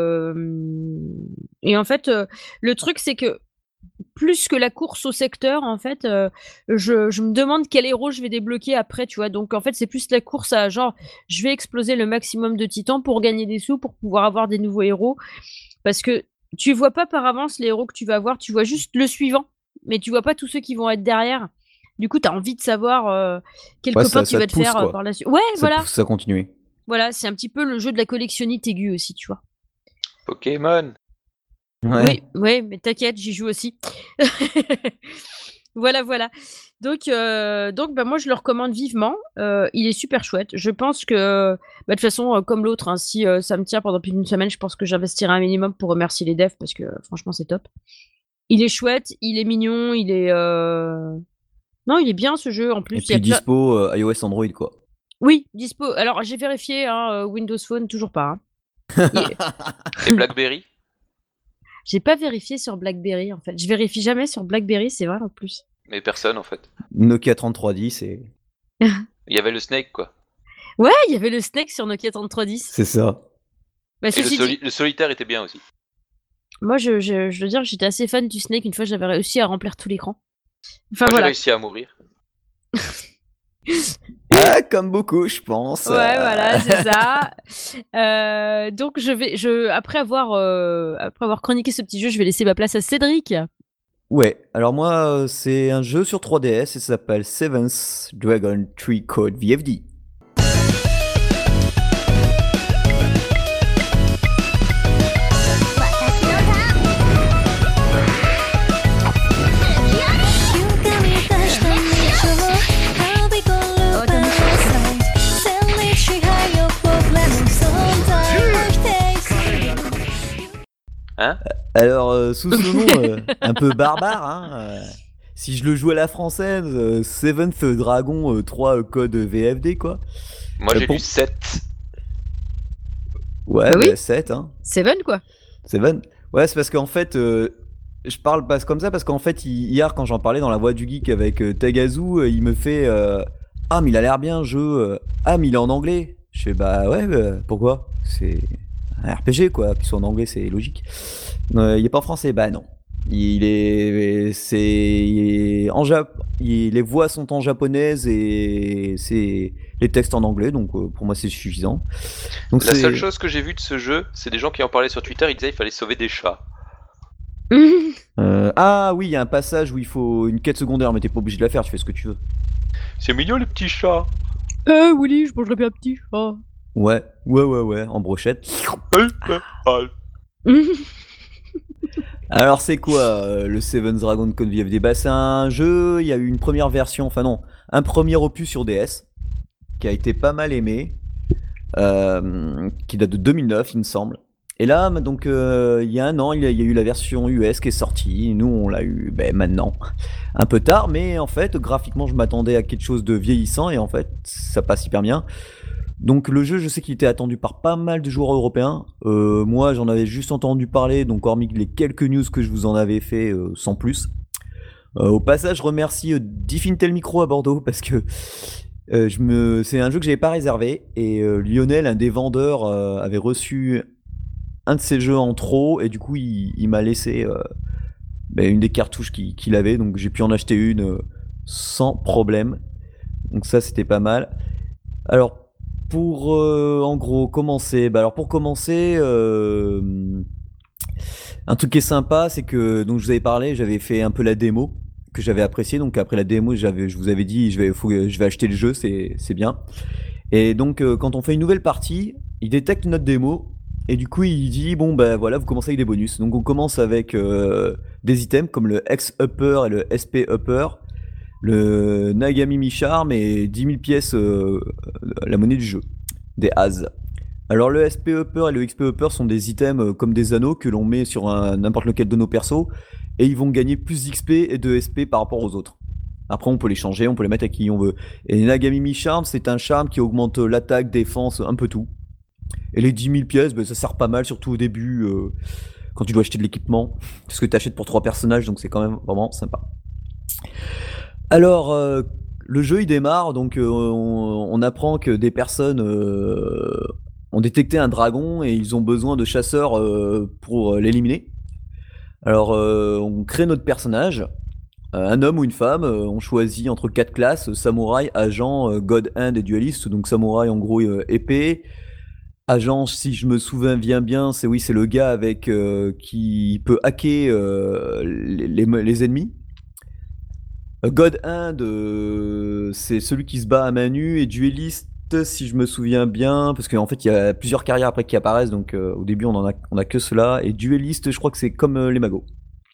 en fait, le truc, c'est que plus que la course au secteur, en fait, je me demande quel héros je vais débloquer après, tu vois. Donc, en fait, c'est plus la course à genre, je vais exploser le maximum de titans pour gagner des sous, pour pouvoir avoir des nouveaux héros. Parce que tu vois pas par avance les héros que tu vas avoir, tu vois juste le suivant, mais tu vois pas tous ceux qui vont être derrière. Du coup, tu as envie de savoir quel Ouais, copain ça tu vas te te pousse, faire quoi. par la suite. Ouais, Ça te voilà. pousse à continuer. Voilà, c'est un petit peu le jeu de la collectionnite aiguë aussi, tu vois. Pokémon. Ouais. Oui, mais t'inquiète, j'y joue aussi. Voilà. Donc, bah, moi, je le recommande vivement. Il est super chouette. Je pense que, bah, de toute façon, comme l'autre, hein, si ça me tient pendant plus d'une semaine, je pense que j'investirai un minimum pour remercier les devs parce que franchement, c'est top. Il est chouette, il est mignon, il est. Non, il est bien ce jeu. En plus, Et il y a puis dispo iOS Android, quoi. Oui, dispo. Alors, j'ai vérifié, hein, Windows Phone, toujours pas. Hein. Et BlackBerry. J'ai pas vérifié sur BlackBerry, en fait. Je vérifie jamais sur BlackBerry, c'est vrai en plus. Mais personne en fait. Nokia 3310, et Il y avait le Snake quoi. Ouais, il y avait le Snake sur Nokia 3310. c'est ça. Bah, Et le solitaire était bien aussi. Moi, je veux dire que j'étais assez fan du Snake. Une fois, j'avais réussi à remplir tout l'écran. Enfin, Moi j'ai voilà. réussi à mourir. Ah, comme beaucoup, je pense. Ouais, voilà, c'est ça. Donc, après avoir chroniqué ce petit jeu, je vais laisser ma place à Cédric. Ouais, alors moi, c'est un jeu sur 3DS et ça s'appelle Seventh Dragon Tree Code VFD. Hein? Alors, sous ce nom un peu barbare, hein, si je le joue à la française, Seventh Dragon 3 Code VFD, quoi. Moi j'ai pour- lu 7. Ouais, Bah oui. 7, hein. Seven, quoi. Seven. Ouais, c'est parce qu'en fait, je parle pas comme ça parce qu'en fait, hier, quand j'en parlais dans la voix du geek avec Tagazu, il me fait ah, mais il a l'air bien, le jeu. Ah, mais il est en anglais. Je fais bah ouais, pourquoi? C'est un RPG, quoi. Puis soit en anglais, c'est logique. Il est pas en français. Bah non. Il est en les voix sont en japonaise et c'est les textes en anglais, donc pour moi c'est suffisant. Donc La seule chose que j'ai vue de ce jeu, c'est des gens qui en parlaient sur Twitter, ils disaient qu'il fallait sauver des chats. Ah oui, il y a un passage où il faut une quête secondaire, mais t'es pas obligé de la faire, tu fais ce que tu veux. C'est mignon les petits chats. Willy, je mangerais bien petit. Oh. Ouais, en brochette. Alors c'est quoi le Seven Dragon Code VFD? Bah c'est un jeu, il y a eu une première version, enfin non, un premier opus sur DS, qui a été pas mal aimé, qui date de 2009 il me semble. Et là, donc il y a un an, il y a eu la version US qui est sortie, nous on l'a eu maintenant, un peu tard, mais en fait graphiquement je m'attendais à quelque chose de vieillissant et en fait ça passe hyper bien. Donc le jeu, je sais qu'il était attendu par pas mal de joueurs européens. Moi, j'en avais juste entendu parler, donc hormis les quelques news que je vous en avais fait, sans plus. Au passage, je remercie Diffintel Micro à Bordeaux parce que c'est un jeu que j'avais pas réservé et Lionel, un des vendeurs, avait reçu un de ses jeux en trop et du coup, il m'a laissé une des cartouches qu'il avait, donc j'ai pu en acheter une sans problème. Donc ça, c'était pas mal. Alors pour en gros commencer, pour commencer, un truc qui est sympa, c'est que donc je vous avais parlé, j'avais fait un peu la démo que j'avais apprécié. Donc après la démo, je vous avais dit je vais acheter le jeu, c'est bien. Et donc quand on fait une nouvelle partie, il détecte notre démo Et du coup, il dit bon, ben voilà, vous commencez avec des bonus. Donc, on commence avec des items comme le X-Upper et le SP-Upper, le Nagami Mi-Charm et 10 000 pièces, la monnaie du jeu, des As. Alors, le SP-Upper et le XP-Upper sont des items comme des anneaux que l'on met sur n'importe lequel de nos persos et ils vont gagner plus d'XP et de SP par rapport aux autres. Après, on peut les changer, on peut les mettre à qui on veut. Et Nagami Mi-Charm, c'est un charme qui augmente l'attaque, défense, un peu tout. Et les 10 000 pièces, ça sert pas mal, surtout au début, quand tu dois acheter de l'équipement. Parce que tu achètes pour 3 personnages, donc c'est quand même vraiment sympa. Alors, le jeu il démarre, donc on apprend que des personnes ont détecté un dragon et ils ont besoin de chasseurs pour l'éliminer. Alors, on crée notre personnage. Un homme ou une femme, on choisit entre 4 classes, samouraï, agent, god hand et dueliste. Donc samouraï en gros épée. Agent, si je me souviens bien, c'est le gars avec qui peut hacker les ennemis. God Hand, c'est celui qui se bat à main nue et dueliste, si je me souviens bien, parce qu'en fait il y a plusieurs carrières après qui apparaissent, donc au début on a que cela. Et dueliste, je crois que c'est comme les magos.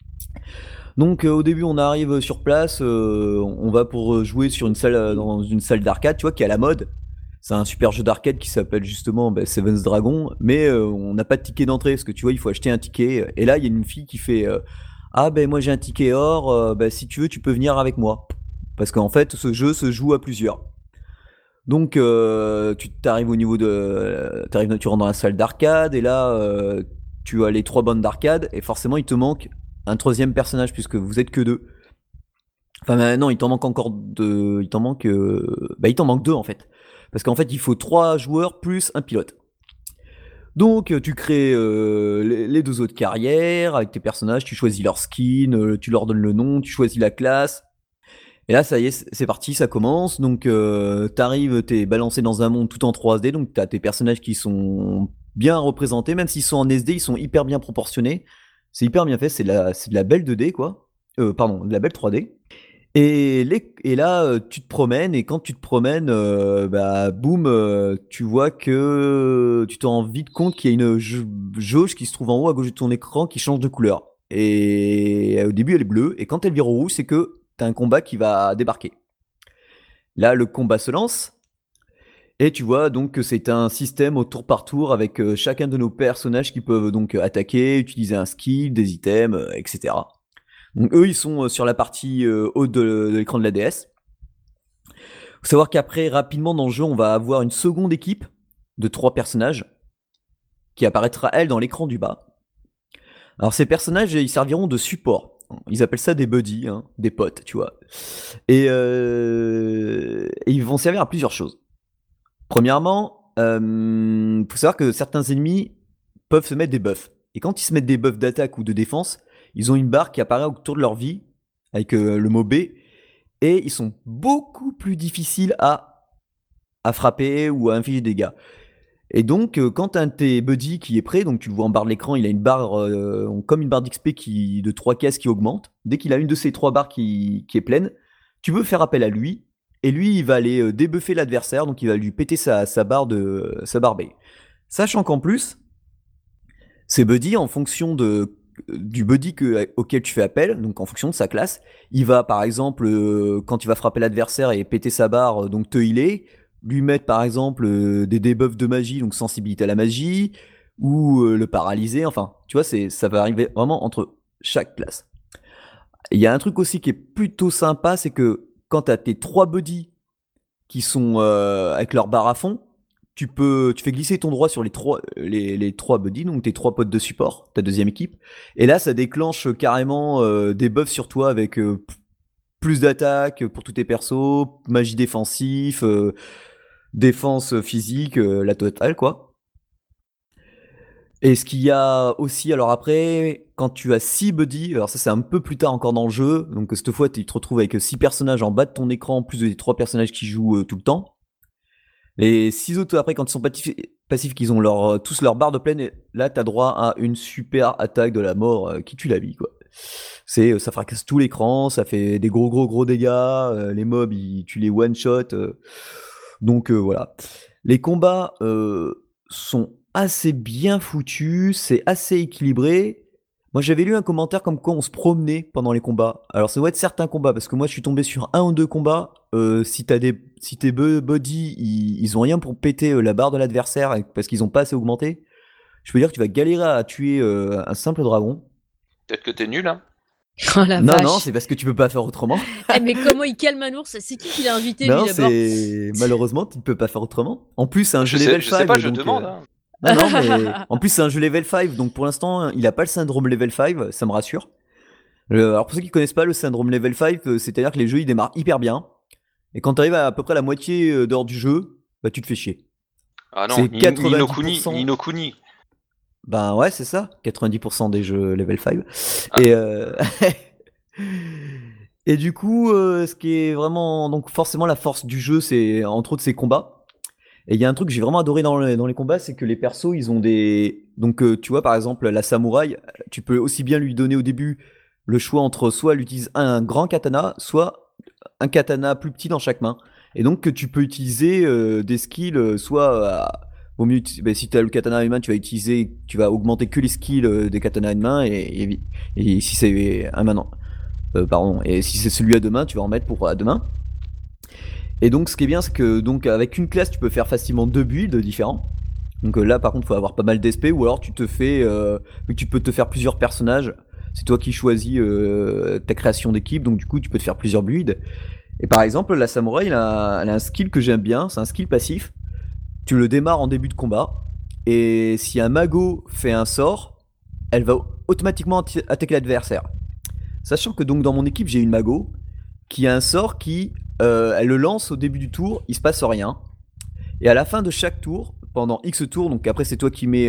Donc au début on arrive sur place, on va pour jouer sur une salle dans une salle d'arcade, tu vois, qui est à la mode. C'est un super jeu d'arcade qui s'appelle justement Seven's Dragon, mais on n'a pas de ticket d'entrée parce que tu vois, il faut acheter un ticket. Et là, il y a une fille qui fait ah ben moi j'ai un ticket or, si tu veux, tu peux venir avec moi. Parce qu'en fait, ce jeu se joue à plusieurs. Donc tu t'arrives au niveau de, tu rentres dans la salle d'arcade et là tu as les 3 bandes d'arcade et forcément il te manque un troisième personnage puisque vous êtes que 2. Enfin non, il t'en manque encore 2, il t'en manque 2 en fait. Parce qu'en fait, il faut 3 joueurs plus un pilote. Donc, tu crées les 2 autres carrières avec tes personnages, tu choisis leur skin, tu leur donnes le nom, tu choisis la classe. Et là, ça y est, c'est parti, ça commence. Donc, t'arrives, t'es balancé dans un monde tout en 3D, donc t'as tes personnages qui sont bien représentés, même s'ils sont en SD, ils sont hyper bien proportionnés. C'est hyper bien fait, c'est de la belle 2D, quoi. Pardon, de la belle 3D. Et là, tu te promènes et quand tu te promènes, boum, tu vois que tu te rends vite compte qu'il y a une jauge qui se trouve en haut à gauche de ton écran qui change de couleur. Et au début, elle est bleue et quand elle vire au rouge, c'est que tu as un combat qui va débarquer. Là, le combat se lance et tu vois donc que c'est un système au tour par tour avec chacun de nos personnages qui peuvent donc attaquer, utiliser un skill, des items, etc. Donc eux, ils sont sur la partie haute de l'écran de la DS. Faut savoir qu'après, rapidement dans le jeu, on va avoir une seconde équipe de 3 personnages qui apparaîtra, elle, dans l'écran du bas. Alors ces personnages, ils serviront de support. Ils appellent ça des buddies, hein, des potes, tu vois. Et ils vont servir à plusieurs choses. Premièrement, faut savoir que certains ennemis peuvent se mettre des buffs. Et quand ils se mettent des buffs d'attaque ou de défense, ils ont une barre qui apparaît autour de leur vie, avec le mot B, et ils sont beaucoup plus difficiles à frapper ou à infliger des dégâts. Et donc, quand un de tes buddies qui est prêt, donc tu le vois en barre de l'écran, il a une barre, comme une barre d'XP de 3 caisses qui augmente. Dès qu'il a une de ces 3 barres qui est pleine, tu peux faire appel à lui, et lui, il va aller débuffer l'adversaire, donc il va lui péter sa barre B. Sachant qu'en plus, ces buddies, en fonction du buddy auquel tu fais appel, donc en fonction de sa classe, il va par exemple, quand il va frapper l'adversaire et péter sa barre, donc te healer, lui mettre par exemple des debuffs de magie, donc sensibilité à la magie, ou le paralyser, enfin, tu vois, ça va arriver vraiment entre chaque classe. Il y a un truc aussi qui est plutôt sympa, c'est que quand tu as tes 3 buddies qui sont avec leur barre à fond, tu fais glisser ton droit sur les 3 buddies, donc tes 3 potes de support, ta deuxième équipe. Et là, ça déclenche carrément des buffs sur toi avec plus d'attaque pour tous tes persos, magie défensif, défense physique, la totale, quoi. Et ce qu'il y a aussi, alors après, quand tu as 6 buddies, alors ça c'est un peu plus tard encore dans le jeu, donc cette fois tu te retrouves avec 6 personnages en bas de ton écran, plus des 3 personnages qui jouent tout le temps. Les 6 autres, après, quand ils sont passifs, qu'ils ont tous leur barre de pleine, et là, t'as droit à une super attaque de la mort qui tue la vie, quoi. Ça fracasse tout l'écran, ça fait des gros dégâts, les mobs, tu les one-shot. Donc voilà. Les combats sont assez bien foutu, c'est assez équilibré. Moi, j'avais lu un commentaire comme quoi on se promenait pendant les combats. Alors, ça doit être certains combats, parce que moi, je suis tombé sur un ou deux combats. Si tes buddies, ils ont rien pour péter la barre de l'adversaire parce qu'ils ont pas assez augmenté, je peux dire que tu vas galérer à tuer un simple dragon. Peut-être que t'es nul, hein. Oh la Non, vache. non, c'est parce que tu peux pas faire autrement. Mais comment il calme un ours? C'est qui l'a invité, Non, lui, d'abord? c'est malheureusement, tu ne peux pas faire autrement. En plus, c'est un jeu Je level sais 5. pas, je donc, demande. Hein. Non, non, mais en plus, c'est un jeu level 5, donc pour l'instant, il a pas le syndrome level 5, ça me rassure. Alors, pour ceux qui connaissent pas le syndrome level 5, c'est-à-dire que les jeux ils démarrent hyper bien, et quand tu arrives à peu près la moitié d'heure du jeu, bah tu te fais chier. Ah non, C'est Ni 90%. Ni no Kuni. Ben ouais, c'est ça, 90% des jeux level 5. Ah. Et, et du coup, ce qui est vraiment. Donc, forcément, la force du jeu, c'est entre autres ses combats. Et il y a un truc que j'ai vraiment adoré dans les combats, c'est que les persos, ils ont des. Donc, tu vois, par exemple, la samouraï, tu peux aussi bien lui donner au début le choix entre soit elle utilise un grand katana, soit un katana plus petit dans chaque main. Et donc, que tu peux utiliser des skills, soit. Au mieux, si tu as le katana à une main, tu vas augmenter que les skills des katanas à une main, et si c'est un main, non. Pardon, et si c'est celui à deux mains, tu vas en mettre pour à deux mains. Et donc, ce qui est bien, c'est que donc avec une classe, tu peux faire facilement deux builds différents. Donc là, par contre, il faut avoir pas mal d'SP, ou alors tu te fais, vu que tu peux te faire plusieurs personnages. C'est toi qui choisis ta création d'équipe, donc du coup, tu peux te faire plusieurs builds. Et par exemple, la samouraï, elle a un skill que j'aime bien, c'est un skill passif. Tu le démarres en début de combat, et si un mago fait un sort, elle va automatiquement attaquer l'adversaire. Sachant que donc dans mon équipe, j'ai une mago qui a un sort qui, elle le lance au début du tour, il se passe rien. Et à la fin de chaque tour, pendant X tours, donc après c'est toi qui mets,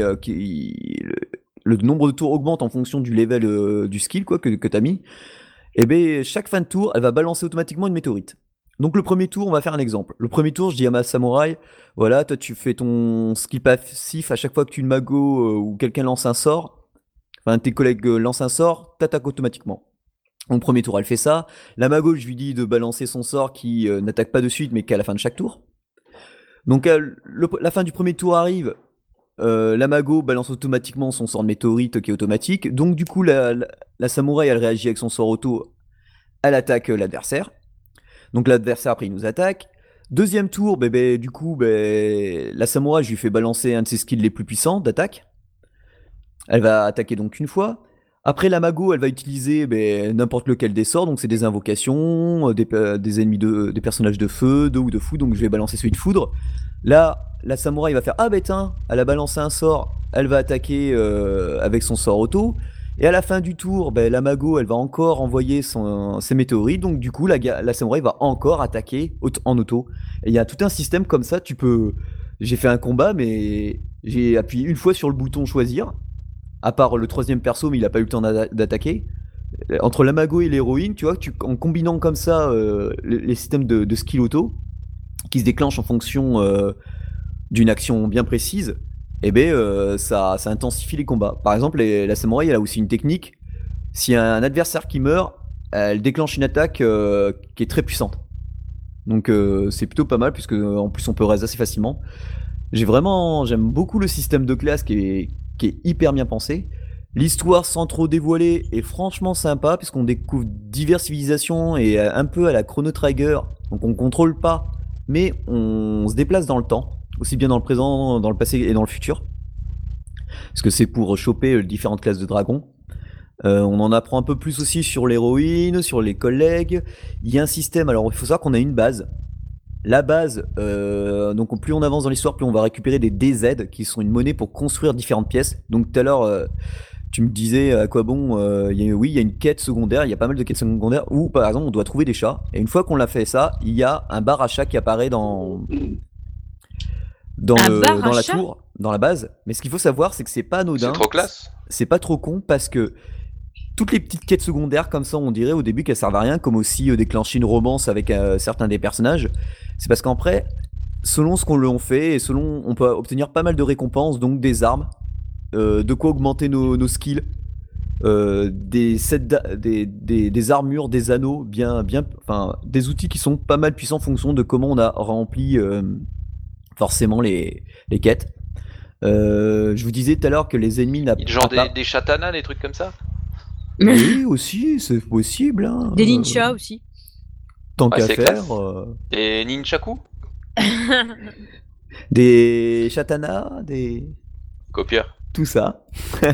le nombre de tours augmente en fonction du level du skill quoi, que tu as mis. Et bien chaque fin de tour, elle va balancer automatiquement une météorite. Donc le premier tour, on va faire un exemple. Le premier tour, je dis à ma samouraï, voilà, toi tu fais ton skill passif à chaque fois que tu une mago ou quelqu'un lance un sort, enfin tes collègues lancent un sort, t'attaques automatiquement. Au premier tour, elle fait ça. La mago, je lui dis de balancer son sort qui n'attaque pas de suite, mais qu'à la fin de chaque tour. Donc, la fin du premier tour arrive. La mago balance automatiquement son sort de météorite qui est automatique. Donc, du coup, la samouraï, elle réagit avec son sort auto. Elle attaque l'adversaire. Donc, l'adversaire, après, il nous attaque. Deuxième tour, du coup, la samouraï, je lui fais balancer un de ses skills les plus puissants d'attaque. Elle va attaquer donc une fois. Après, la mago, elle va utiliser n'importe lequel des sorts, donc c'est des invocations, des ennemis des personnages de feu, d'eau ou de foudre, donc je vais balancer celui de foudre. Là, la samouraï va faire ah tiens, elle a balancé un sort, elle va attaquer avec son sort auto. Et à la fin du tour, la mago, elle va encore envoyer ses météorites, donc du coup, la samouraï va encore attaquer en auto. Et il y a tout un système comme ça, tu peux. J'ai fait un combat, mais j'ai appuyé une fois sur le bouton choisir. À part le troisième perso, mais il a pas eu le temps d'attaquer. Entre l'amago et l'héroïne, tu vois, en combinant comme ça les systèmes de skill auto, qui se déclenchent en fonction d'une action bien précise, ça intensifie les combats. Par exemple, la samouraï, elle a aussi une technique. S'il y a un adversaire qui meurt, elle déclenche une attaque qui est très puissante. Donc c'est plutôt pas mal, puisque en plus on peut raser assez facilement. J'aime beaucoup le système de classe qui est hyper bien pensé. L'histoire sans trop dévoiler est franchement sympa puisqu'on découvre diverses civilisations et un peu à la Chrono Trigger. Donc on contrôle pas, mais on se déplace dans le temps, aussi bien dans le présent, dans le passé et dans le futur. Parce que c'est pour choper différentes classes de dragons. On en apprend un peu plus aussi sur l'héroïne, sur les collègues. Il y a un système, alors il faut savoir qu'on a une base. La base, donc plus on avance dans l'histoire, plus on va récupérer des DZ qui sont une monnaie pour construire différentes pièces. Donc tout à l'heure, tu me disais à quoi bon, oui, il y a une quête secondaire, il y a pas mal de quêtes secondaires où par exemple on doit trouver des chats. Et une fois qu'on l'a fait ça, il y a un bar à chat qui apparaît dans la tour, dans la base. Mais ce qu'il faut savoir, c'est que c'est pas anodin. C'est trop classe. C'est pas trop con parce que toutes les petites quêtes secondaires comme ça, on dirait au début qu'elles servent à rien, comme aussi déclencher une romance avec certains des personnages. C'est parce qu'après, selon ce qu'on lui fait, et selon, on peut obtenir pas mal de récompenses, donc des armes, de quoi augmenter nos skills, des armures, des anneaux, enfin, des outils qui sont pas mal puissants en fonction de comment on a rempli forcément les quêtes. Je vous disais tout à l'heure que les ennemis n'ont Genre pas... des chatanas, des trucs comme ça? Oui, aussi, c'est possible. Hein. Des ninjas aussi. Tant Ouais, qu'à c'est faire. classe. Des ninchaku? Des chatanas, des... Copieur. tout ça.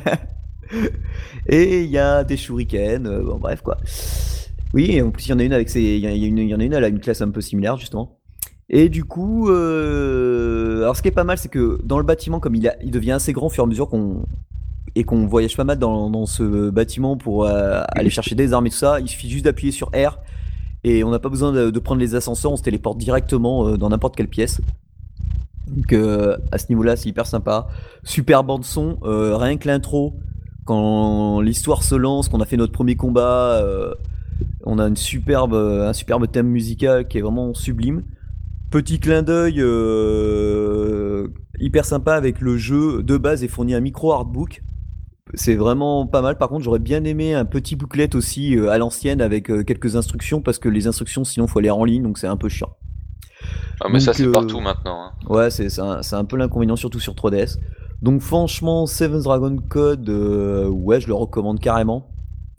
Et il y a des shurikens, bon, bref quoi. Oui, et en plus il y en a une avec ses... il y en a une, elle a une classe un peu similaire justement. Et du coup, alors ce qui est pas mal, c'est que dans le bâtiment, comme il devient assez grand au fur et à mesure qu'on voyage pas mal dans ce bâtiment pour aller chercher des armes et tout ça, il suffit juste d'appuyer sur R et on n'a pas besoin de prendre les ascenseurs, on se téléporte directement dans n'importe quelle pièce. Donc à ce niveau-là, c'est hyper sympa. Super bande son, rien que l'intro, quand l'histoire se lance, qu'on a fait notre premier combat, on a un superbe thème musical qui est vraiment sublime. Petit clin d'œil hyper sympa avec le jeu de base est fourni un micro artbook. C'est vraiment pas mal. Par contre, j'aurais bien aimé un petit booklet aussi à l'ancienne avec quelques instructions parce que les instructions, sinon, faut les en ligne, donc c'est un peu chiant. Ah, mais ça, Donc, c'est partout maintenant. Hein. ouais, c'est un peu l'inconvénient, surtout sur 3DS. Donc, franchement, Seven Dragon Code, ouais, je le recommande carrément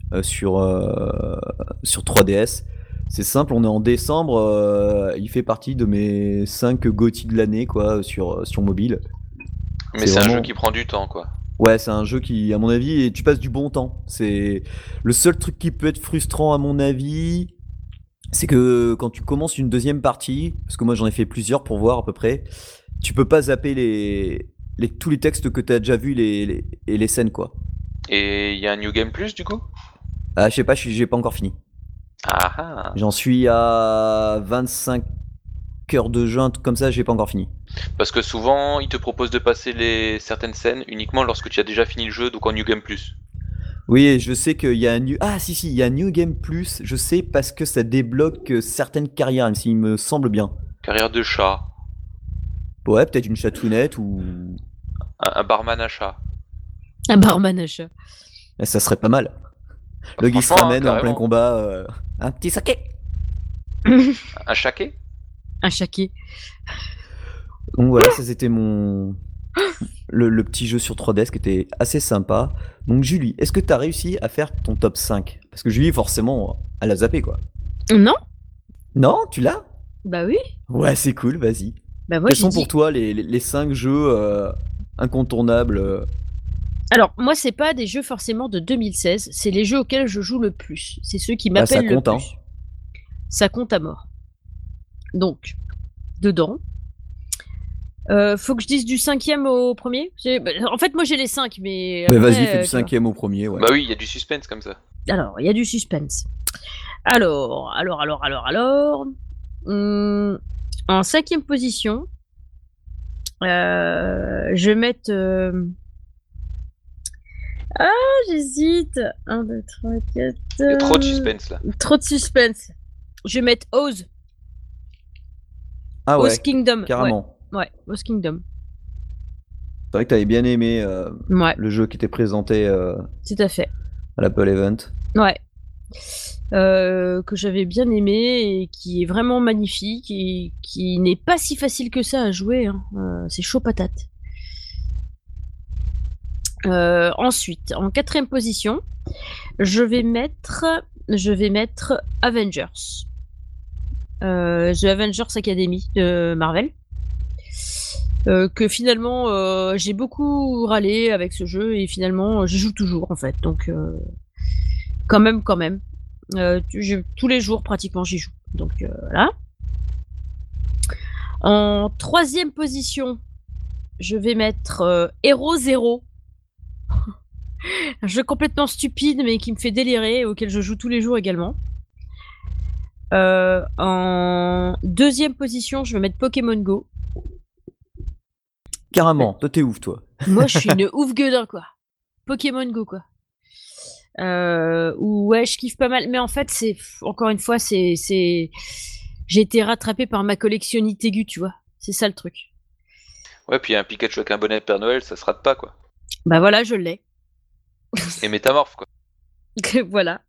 sur 3DS. C'est simple, on est en décembre, il fait partie de mes 5 GOTY de l'année, quoi, sur mobile. Mais c'est un vraiment... jeu qui prend du temps, quoi. Ouais, c'est un jeu qui, à mon avis, et tu passes du bon temps. C'est le seul truc qui peut être frustrant, à mon avis, c'est que quand tu commences une deuxième partie, parce que moi j'en ai fait plusieurs pour voir à peu près, tu peux pas zapper tous les textes que tu as déjà vus et les scènes, quoi. Et il y a un New Game Plus, du coup? Ah, je sais pas, j'ai pas encore fini. Ah ah. J'en suis à 25 heures de jeu, un truc comme ça, j'ai pas encore fini. Parce que souvent, ils te proposent de passer certaines scènes uniquement lorsque tu as déjà fini le jeu, donc en New Game Plus. Oui, et je sais qu'il y a un New... Ah, si, il y a un New Game Plus, je sais, parce que ça débloque certaines carrières, même s'il me semble bien. Carrière de chat. Ouais, peut-être une chatounette ou... Un barman à chat. Un barman à chat. Ça serait pas mal. Bah, Le gars se franchement, ramène en plein carrément. combat, un petit saké. Un chaquet? Un chaquet. Donc voilà, ça c'était le petit jeu sur 3DS qui était assez sympa. Donc Julie, est-ce que t'as réussi à faire ton top 5? Parce que Julie, forcément, elle a zappé quoi. Non? Non, tu l'as? Bah oui. Ouais, c'est cool, vas-y. Bah moi Quels j'ai sont dit. pour toi les 5 jeux incontournables Alors moi c'est pas des jeux forcément de 2016, c'est les jeux auxquels je joue le plus. C'est ceux qui Bah ça m'appellent le compte, hein. plus. Ça compte à mort. Donc, dedans. Faut que je dise du 5e au premier? En fait, moi j'ai les 5, mais Bah après, vas-y, fais du tu vois. 5e au premier, ouais. Bah oui, il y a du suspense comme ça. Alors, il y a du suspense. Alors. En 5e position, je vais mettre. Ah, j'hésite. 1, 2, 3, 4. Il y a trop de suspense là. Trop de suspense. Je vais mettre Oz. Ah ouais, Oz Kingdom. carrément. Ouais, Oz Kingdom. C'est vrai que t'avais bien aimé Ouais, le jeu qui était présenté tout à fait. à l'Apple Event. Ouais. Que j'avais bien aimé et qui est vraiment magnifique et qui n'est pas si facile que ça à jouer. Hein. C'est chaud patate. Ensuite, en 4e position, je vais mettre Avengers. The Avengers Academy de Marvel. Que finalement j'ai beaucoup râlé avec ce jeu et finalement je joue toujours en fait. Donc quand même. Tous les jours pratiquement j'y joue. Donc voilà. En 3e position, je vais mettre Hero Zero. Un jeu complètement stupide mais qui me fait délirer, auquel je joue tous les jours également. En 2e position, je vais mettre Pokémon Go. Carrément, toi t'es ouf toi. Moi, je suis une ouf gueudin, quoi. Pokémon Go, quoi. Ouais, je kiffe pas mal. Mais en fait, encore une fois, j'ai été rattrapée par ma collectionnite aiguë, tu vois. C'est ça le truc. Ouais, puis un Pikachu avec un bonnet de Père Noël, ça se rate pas quoi. Bah voilà, je l'ai. Et métamorphe quoi. Voilà.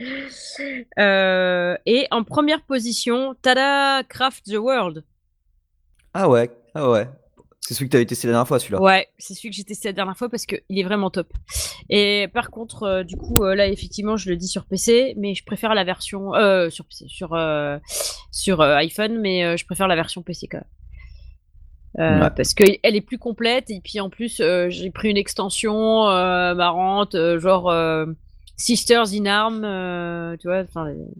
Et en première position, tada, Craft the World. Ah ouais, ah ouais. C'est celui que tu avais testé la dernière fois, celui-là. Ouais, c'est celui que j'ai testé la dernière fois parce qu'il est vraiment top. Et par contre, du coup, là, effectivement, je le dis sur PC, mais je préfère la version sur PC, sur iPhone, mais je préfère la version PC quand même. Ouais. Parce qu'elle est plus complète et puis en plus j'ai pris une extension marrante genre Sisters in Arm, tu vois,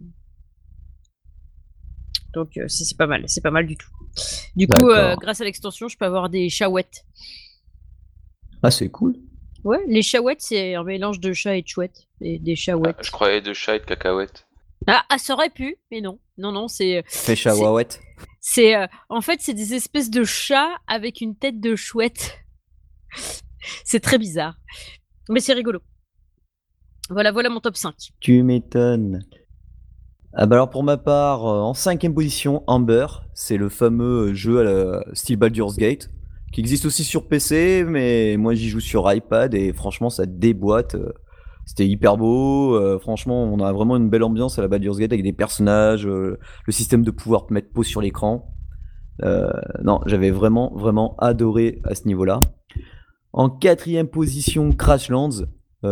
donc c'est pas mal, c'est pas mal du tout. Du coup D'accord. grâce à l'extension je peux avoir des chouettes. Ah, c'est cool. Ouais, les chouettes c'est un mélange de chat et de chouette et des chouettes. Je croyais de chat et de cacahuètes. Ah, ça aurait pu, mais non, c'est Fèche à Wawette. en fait c'est des espèces de chats avec une tête de chouette. C'est très bizarre, mais c'est rigolo. Voilà mon top 5. Tu m'étonnes. Ah bah alors pour ma part, en 5ème position, Amber, c'est le fameux jeu à la style Baldur's Gate, qui existe aussi sur PC, mais moi j'y joue sur iPad et franchement ça déboîte. C'était hyper beau, franchement on a vraiment une belle ambiance à la Baldur's Gate avec des personnages, le système de pouvoir mettre pause sur l'écran. Non, j'avais vraiment adoré à ce niveau-là. En 4ème position, Crashlands.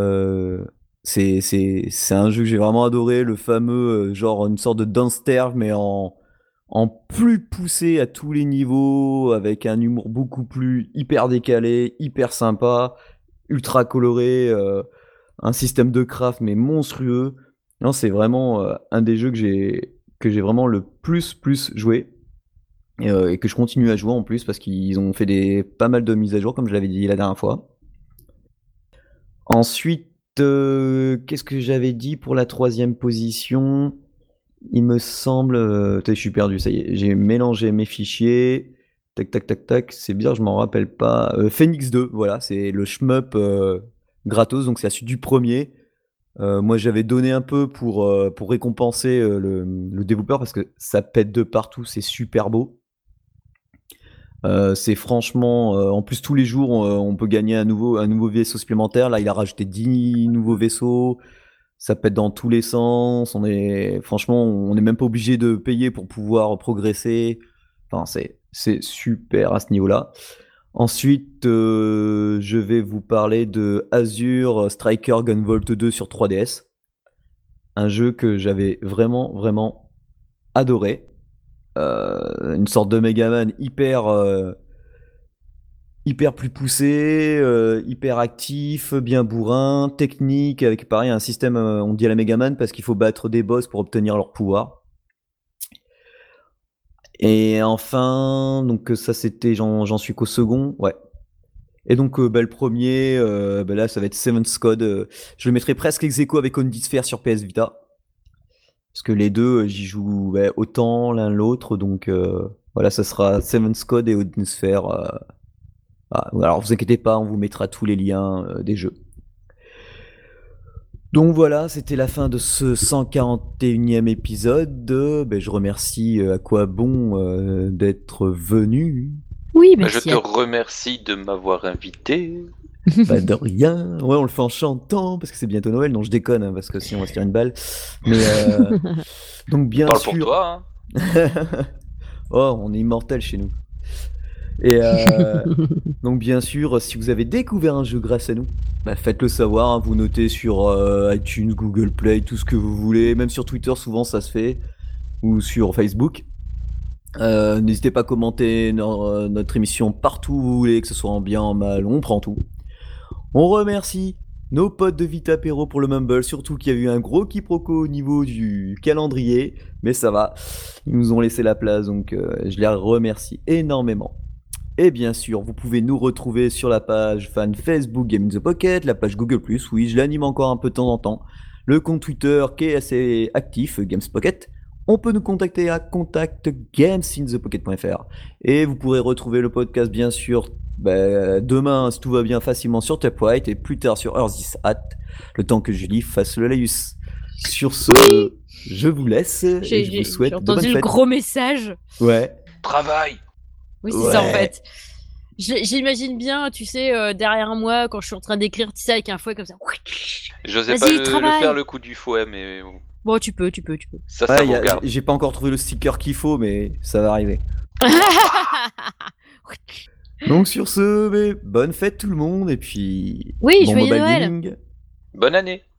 C'est un jeu que j'ai vraiment adoré, le fameux genre une sorte de Downstairs mais en plus poussé à tous les niveaux, avec un humour beaucoup plus hyper décalé, hyper sympa, ultra coloré, un système de craft mais monstrueux. Non, c'est vraiment un des jeux que j'ai vraiment le plus joué et que je continue à jouer en plus parce qu'ils ont fait pas mal de mises à jour comme je l'avais dit la dernière fois. Ensuite, qu'est-ce que j'avais dit pour la 3ème position? Il me semble. Je suis perdu, ça y est. J'ai mélangé mes fichiers. Tac. C'est bizarre, je m'en rappelle pas. Phoenix 2, voilà, c'est le shmup gratos, donc c'est la suite du premier. Moi, j'avais donné un peu pour récompenser le développeur parce que ça pète de partout, c'est super beau. C'est franchement, en plus tous les jours on peut gagner un nouveau vaisseau supplémentaire. Là il a rajouté 10 nouveaux vaisseaux, ça pète dans tous les sens. Franchement on n'est même pas obligé de payer pour pouvoir progresser. Enfin c'est super à ce niveau-là. Ensuite je vais vous parler de Azure Striker Gunvolt 2 sur 3DS, un jeu que j'avais vraiment adoré. Une sorte de Megaman hyper plus poussé, hyper actif, bien bourrin, technique, avec pareil un système, on dit à la Megaman parce qu'il faut battre des boss pour obtenir leur pouvoir. Et enfin, donc ça c'était, j'en suis qu'au second, ouais. Et donc le premier, là ça va être Seven's Code. Je le mettrai presque ex aequo avec Only Sphere sur PS Vita. Parce que les deux, j'y joue autant l'un l'autre, donc voilà, ça sera Seven's Code et Odin Sphere. Alors vous inquiétez pas, on vous mettra tous les liens des jeux. Donc voilà, c'était la fin de ce 141e épisode. Je remercie à quoi bon d'être venu. Oui, Je merci. te remercie de m'avoir invité. De rien. Ouais, on le fait en chantant parce que c'est bientôt Noël. Non, je déconne parce que sinon on va se tirer une balle. Mais donc bien Parle sûr. pour toi. Hein. Oh, on est immortel chez nous. Et donc bien sûr, si vous avez découvert un jeu grâce à nous, faites-le savoir. Hein, vous notez sur iTunes, Google Play, tout ce que vous voulez. Même sur Twitter, souvent ça se fait, ou sur Facebook. N'hésitez pas à commenter notre émission partout où vous voulez, que ce soit en bien, en mal, on prend tout. On remercie nos potes de Vita Apéro pour le Mumble, surtout qu'il y a eu un gros quiproquo au niveau du calendrier, mais ça va, ils nous ont laissé la place, donc je les remercie énormément. Et bien sûr, vous pouvez nous retrouver sur la page fan Facebook Game in the Pocket, la page Google+, oui, je l'anime encore un peu de temps en temps, le compte Twitter qui est assez actif, Games Pocket. On peut nous contacter à contact@gamesinthepocket.fr et vous pourrez retrouver le podcast bien sûr demain si tout va bien facilement sur Tapwhite et plus tard sur Earth is Hat, le temps que Julie fasse le laïus. Sur ce, je vous laisse et je vous souhaite de bonnes fêtes. J'ai entendu le gros message. Ouais. Travail. Oui, c'est ça en fait. J'imagine bien, tu sais, derrière moi, quand je suis en train d'écrire, tu sais, avec un fouet comme ça. J'osais pas le faire le coup du fouet, mais... Bon, tu peux. Ça vous regarde. J'ai pas encore trouvé le sticker qu'il faut, mais ça va arriver. Donc sur ce, bonne fête tout le monde et puis Oui, bon joyeux mobile Noël. gaming. Bonne année.